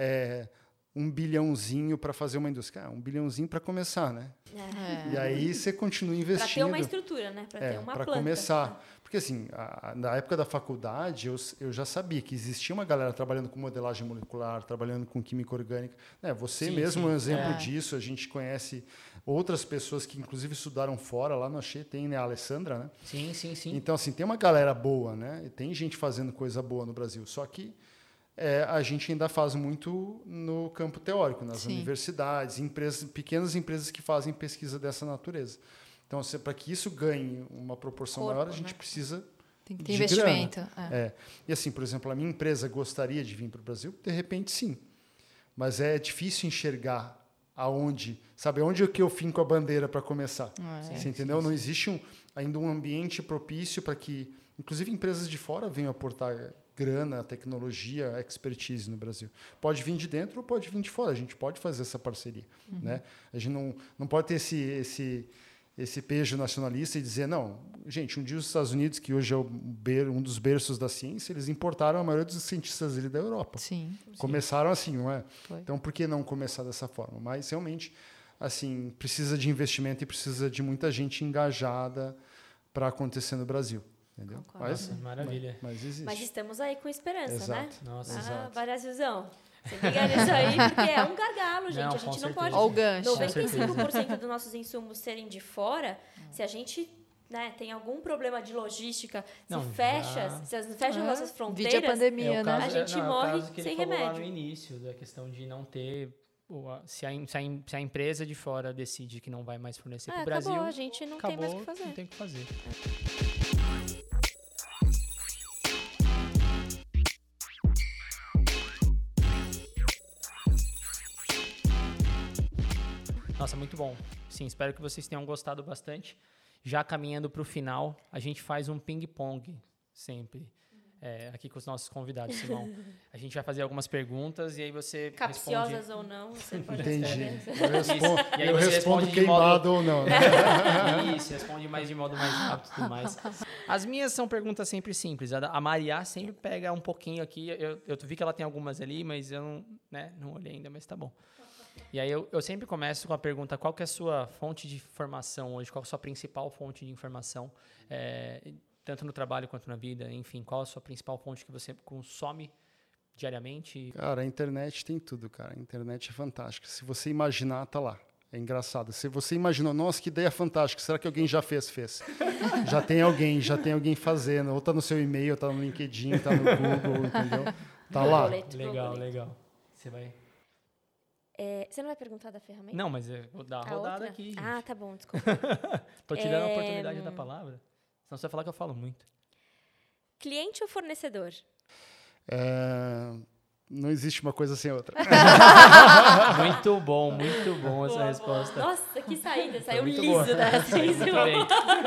1 bilhãozinho para fazer uma indústria. 1 bilhãozinho para começar, né? E aí você continua investindo. Para ter uma estrutura, né? Para ter uma planta. Para começar. Porque assim, na época da faculdade, eu já sabia que existia uma galera trabalhando com modelagem molecular, trabalhando com química orgânica. Você mesmo é um exemplo disso. A gente conhece outras pessoas que, inclusive, estudaram fora. Lá no Axê tem, né, a Alessandra, né? Sim. Então, assim, tem uma galera boa, né? E tem gente fazendo coisa boa no Brasil. Só que a gente ainda faz muito no campo teórico, nas universidades, pequenas empresas que fazem pesquisa dessa natureza. Então, para que isso ganhe uma proporção maior, a gente precisa tem que ter investimento. E assim, por exemplo, a minha empresa gostaria de vir para o Brasil? De repente, sim. Mas é difícil enxergar onde é que eu finco a bandeira para começar. Você entendeu? Não existe ainda um ambiente propício para que, inclusive, empresas de fora venham aportar grana, tecnologia, expertise no Brasil. Pode vir de dentro ou pode vir de fora. A gente pode fazer essa parceria. Né? A gente não pode ter esse pejo nacionalista e dizer, não, gente, um dia os Estados Unidos, que hoje é um dos berços da ciência, eles importaram a maioria dos cientistas ali da Europa. Sim. Começaram assim, não é? Foi. Então, por que não começar dessa forma? Mas, realmente, assim, precisa de investimento e precisa de muita gente engajada para acontecer no Brasil. Entendeu? Maravilha. Mas existe. Mas estamos aí com esperança, Exato. né? Nossa. Exato. Brasilzão. Se liga nisso aí, porque é um gargalo, gente. Não, a gente não certeza. pode... Olha o gancho. 95% dos nossos insumos serem de fora, se a gente tem algum problema de logística, se fecha as nossas fronteiras... Vide a pandemia, né? A gente morre o caso que sem ele falou remédio. lá no início, da questão de não ter... Se a empresa de fora decide que não vai mais fornecer para o Brasil... Acabou, a gente não tem mais o que fazer. Não tem o que fazer. Nossa, muito bom. Sim, espero que vocês tenham gostado bastante. Já caminhando para o final, a gente faz um ping-pong sempre aqui com os nossos convidados, Simão. A gente vai fazer algumas perguntas e aí você Capciosas responde... ou não, você pode Entendi. responder. Eu respondo queimado ou não. Né? Isso, responde de modo mais rápido e tudo mais. As minhas são perguntas sempre simples. A Maria sempre pega um pouquinho aqui. Eu vi que ela tem algumas ali, mas eu não olhei ainda, mas tá bom. E aí eu sempre começo com a pergunta: qual que é a sua fonte de informação hoje? Qual a sua principal fonte de informação? Tanto no trabalho quanto na vida, enfim, qual a sua principal fonte que você consome diariamente? Cara, a internet tem tudo, cara. A internet é fantástica. Se você imaginar, tá lá. É engraçado. Se você imaginou, nossa, que ideia fantástica, será que alguém já fez? Já tem alguém fazendo. Ou tá no seu e-mail, tá no LinkedIn, tá no Google, entendeu? Tá lá. Legal. Você vai... Você não vai perguntar da ferramenta? Não, mas eu vou dar a rodada outra? aqui. Ah, tá bom, desculpa. Tô te dando a oportunidade da palavra. Senão você vai falar que eu falo muito. Cliente ou fornecedor? não existe uma coisa sem outra. Muito bom essa Boa, resposta. boa. Nossa, que saída. Saiu muito liso boa. dessa. Muito bem.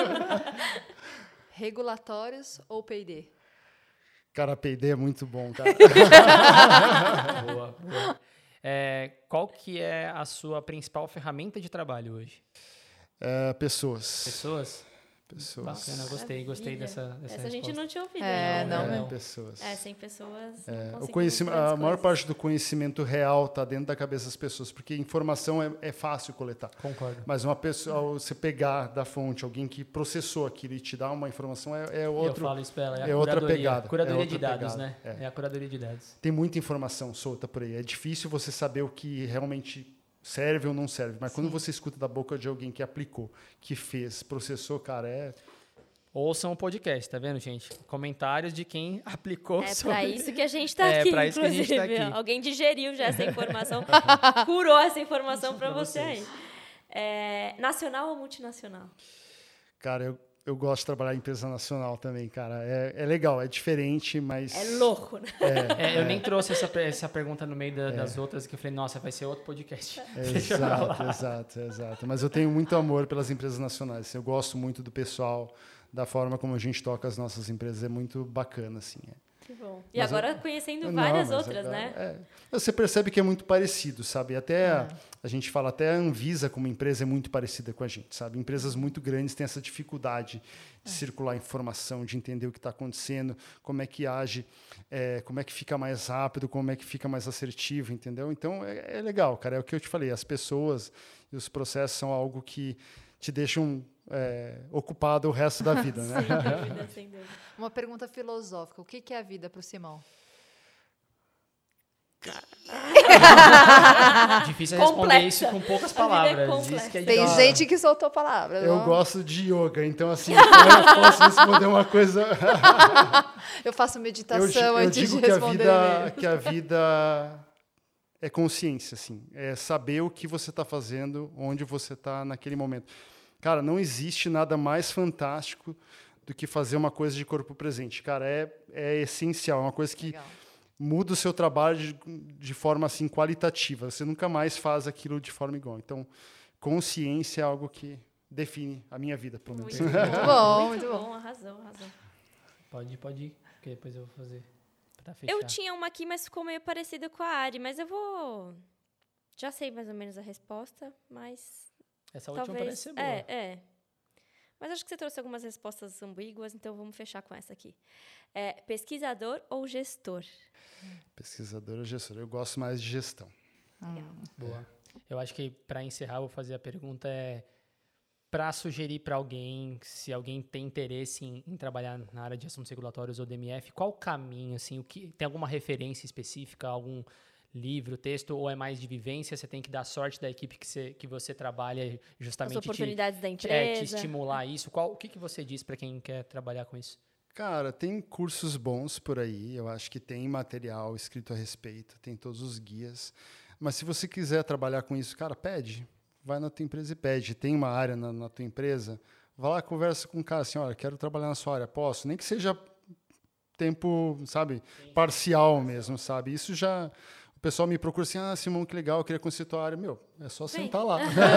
Regulatórios ou P&D? Cara, P&D é muito bom, cara. Boa. Qual que é a sua principal ferramenta de trabalho hoje? Pessoas. Pessoas? Bacana, gostei Maravilha. dessa Essa a gente resposta. não tinha ouvido. Não, né? não. Pessoas. Sem pessoas. O não conseguimos conhecimento, grandes a maior coisas. parte do conhecimento real está dentro da cabeça das pessoas, porque informação é fácil coletar. Concordo. Mas uma pessoa, você pegar da fonte alguém que processou aquilo e te dá uma informação é Eu outro. falo isso pra ela, é outra pegada. Curadoria É outra de dados, pegada, né? É a curadoria de dados. Tem muita informação solta por aí. É difícil você saber o que realmente serve ou não serve. Mas quando você escuta da boca de alguém que aplicou, que fez, processou, cara, Ouçam o podcast, tá vendo, gente? Comentários de quem aplicou É sobre... pra isso que a gente tá aqui, pra isso que a gente tá inclusive. aqui. Alguém digeriu já essa informação, curou essa informação pra você aí. Nacional ou multinacional? cara, eu gosto de trabalhar em empresa nacional também, cara. É legal, é diferente, mas... É louco, né? Eu nem trouxe essa pergunta no meio das outras, que eu falei, nossa, vai ser outro podcast. Exato. Mas eu tenho muito amor pelas empresas nacionais. Eu gosto muito do pessoal, da forma como a gente toca as nossas empresas. É muito bacana, assim. Que bom. E Mas agora conhecendo Não, várias mas outras, agora- né? Você percebe que é muito parecido, sabe? Até a gente fala, até a Anvisa como empresa é muito parecida com a gente, sabe? Empresas muito grandes têm essa dificuldade de circular informação, de entender o que está acontecendo, como é que age, como é que fica mais rápido, como é que fica mais assertivo, entendeu? Então, é legal, cara. É o que eu te falei, as pessoas e os processos são algo que te deixam ocupado o resto da vida, né? Sem dúvida. Uma pergunta filosófica. O que é a vida para o Simão? Difícil responder Complexa. isso com poucas A vida é palavras. complexa. Isso que é Tem difícil. gente que soltou palavras. Eu ó. gosto de yoga, então, assim, eu posso responder uma coisa... Eu faço Eu meditação antes digo de que responder. que a vida é consciência, assim. É saber o que você está fazendo, onde você está naquele momento. Cara, não existe nada mais fantástico do que fazer uma coisa de corpo presente. Cara, é essencial, é uma coisa que Legal. muda o seu trabalho de forma assim qualitativa. Você nunca mais faz aquilo de forma igual. Então, consciência é algo que define a minha vida, pelo menos. Muito bom, muito muito bom. Arrasou. Pode ir, porque depois eu vou fazer pra fechar. Eu tinha uma aqui, mas ficou meio parecida com a Ari, mas eu vou... Já sei mais ou menos a resposta, mas Essa última talvez... parece ser boa. Mas acho que você trouxe algumas respostas ambíguas, então vamos fechar com essa aqui. Pesquisador ou gestor? Pesquisador ou gestor? Eu gosto mais de gestão. Boa. Eu acho que para encerrar, eu vou fazer a pergunta para sugerir para alguém, se alguém tem interesse em trabalhar na área de assuntos regulatórios ou DMF, qual o caminho, assim, tem alguma referência específica, algum livro, texto, ou é mais de vivência? Você tem que dar sorte da equipe que você trabalha justamente As oportunidades da te empresa? estimular isso. O que você diz para quem quer trabalhar com isso? Cara, tem cursos bons por aí. Eu acho que tem material escrito a respeito, tem todos os guias. Mas se você quiser trabalhar com isso, cara, pede. Vai na tua empresa e pede. Tem uma área na tua empresa, vai lá, conversa com o cara assim, olha, quero trabalhar na sua área, posso? Nem que seja tempo, sabe, parcial mesmo, sabe? Isso já... O pessoal me procura assim, Simão, que legal, eu queria conhecer tua área. Meu, é só sentar lá.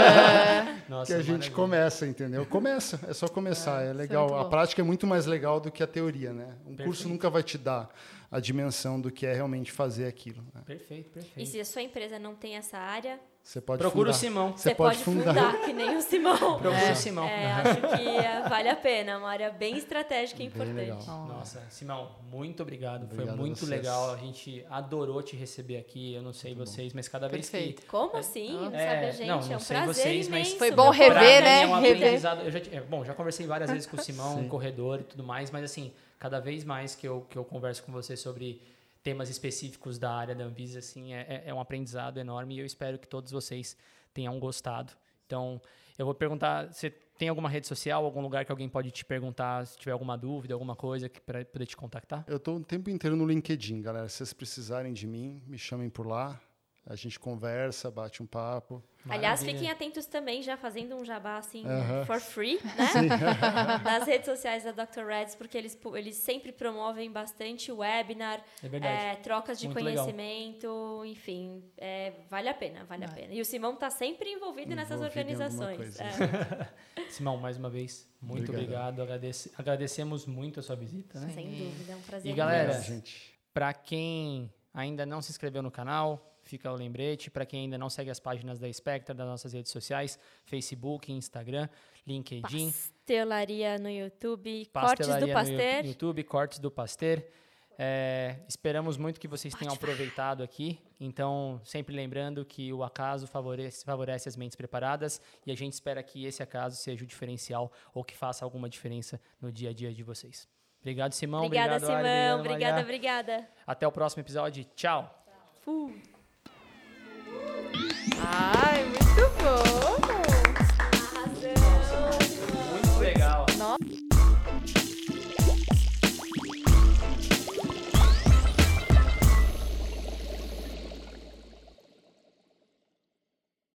Nossa, Que a gente maravilha. começa, entendeu? É só começar, é legal. muito A bom. prática é muito mais legal do que a teoria, né? Um curso Perfeito. nunca vai te dar a dimensão do que é realmente fazer aquilo, né? Perfeito. E se a sua empresa não tem essa área, Você pode Procura o fundar. Simão. Você pode fundar. que nem o Simão. Procura o Simão. Acho que vale a pena. É uma área bem estratégica e Bem importante. legal. Nossa, Simão, muito obrigado. Obrigado Foi a muito vocês. legal. A gente adorou te receber aqui. Eu não sei vocês, mas cada vez Perfeito. que... Como assim? Não sabe a gente? não É um sei prazer vocês, mas imenso. Foi bom meu rever, colega. Pra mim né? É um Rever. aprendizado. Já conversei várias vezes com o Simão, Sim. no corredor e tudo mais, mas assim, cada vez mais que eu converso com você sobre temas específicos da área da Anvisa, assim, é um aprendizado enorme e eu espero que todos vocês tenham gostado. Então, eu vou perguntar, você tem alguma rede social, algum lugar que alguém pode te perguntar se tiver alguma dúvida, alguma coisa para poder te contactar? Eu estou o tempo inteiro no LinkedIn, galera. Se vocês precisarem de mim, me chamem por lá. A gente conversa, bate um papo. Aliás, Maravilha. fiquem atentos também, já fazendo um jabá assim, Aham. for free, né? Nas redes sociais da Dr. Reds, porque eles sempre promovem bastante webinar, É verdade. trocas de Muito legal. conhecimento, enfim, vale a pena. E o Simão está sempre envolvido nessas Envolvido em alguma organizações. coisa. Simão, mais uma vez, muito obrigado. Agradecemos muito a sua visita, né? Sem dúvida, é um prazer. E galera, Obrigado, gente. para quem ainda não se inscreveu no canal, fica o lembrete. Para quem ainda não segue as páginas da Spectra, das nossas redes sociais, Facebook, Instagram, LinkedIn. Pastelaria no YouTube, Pastelaria Cortes do no Pasteur. YouTube, Cortes do Pasteur. Esperamos muito que vocês tenham aproveitado aqui. Então, sempre lembrando que o acaso favorece as mentes preparadas e a gente espera que esse acaso seja o diferencial ou que faça alguma diferença no dia a dia de vocês. Obrigado, Simão. Obrigada, obrigado, Ali, Simão. obrigado, Obrigada. Maria. Até o próximo episódio. Tchau. Fui. Ai, muito bom.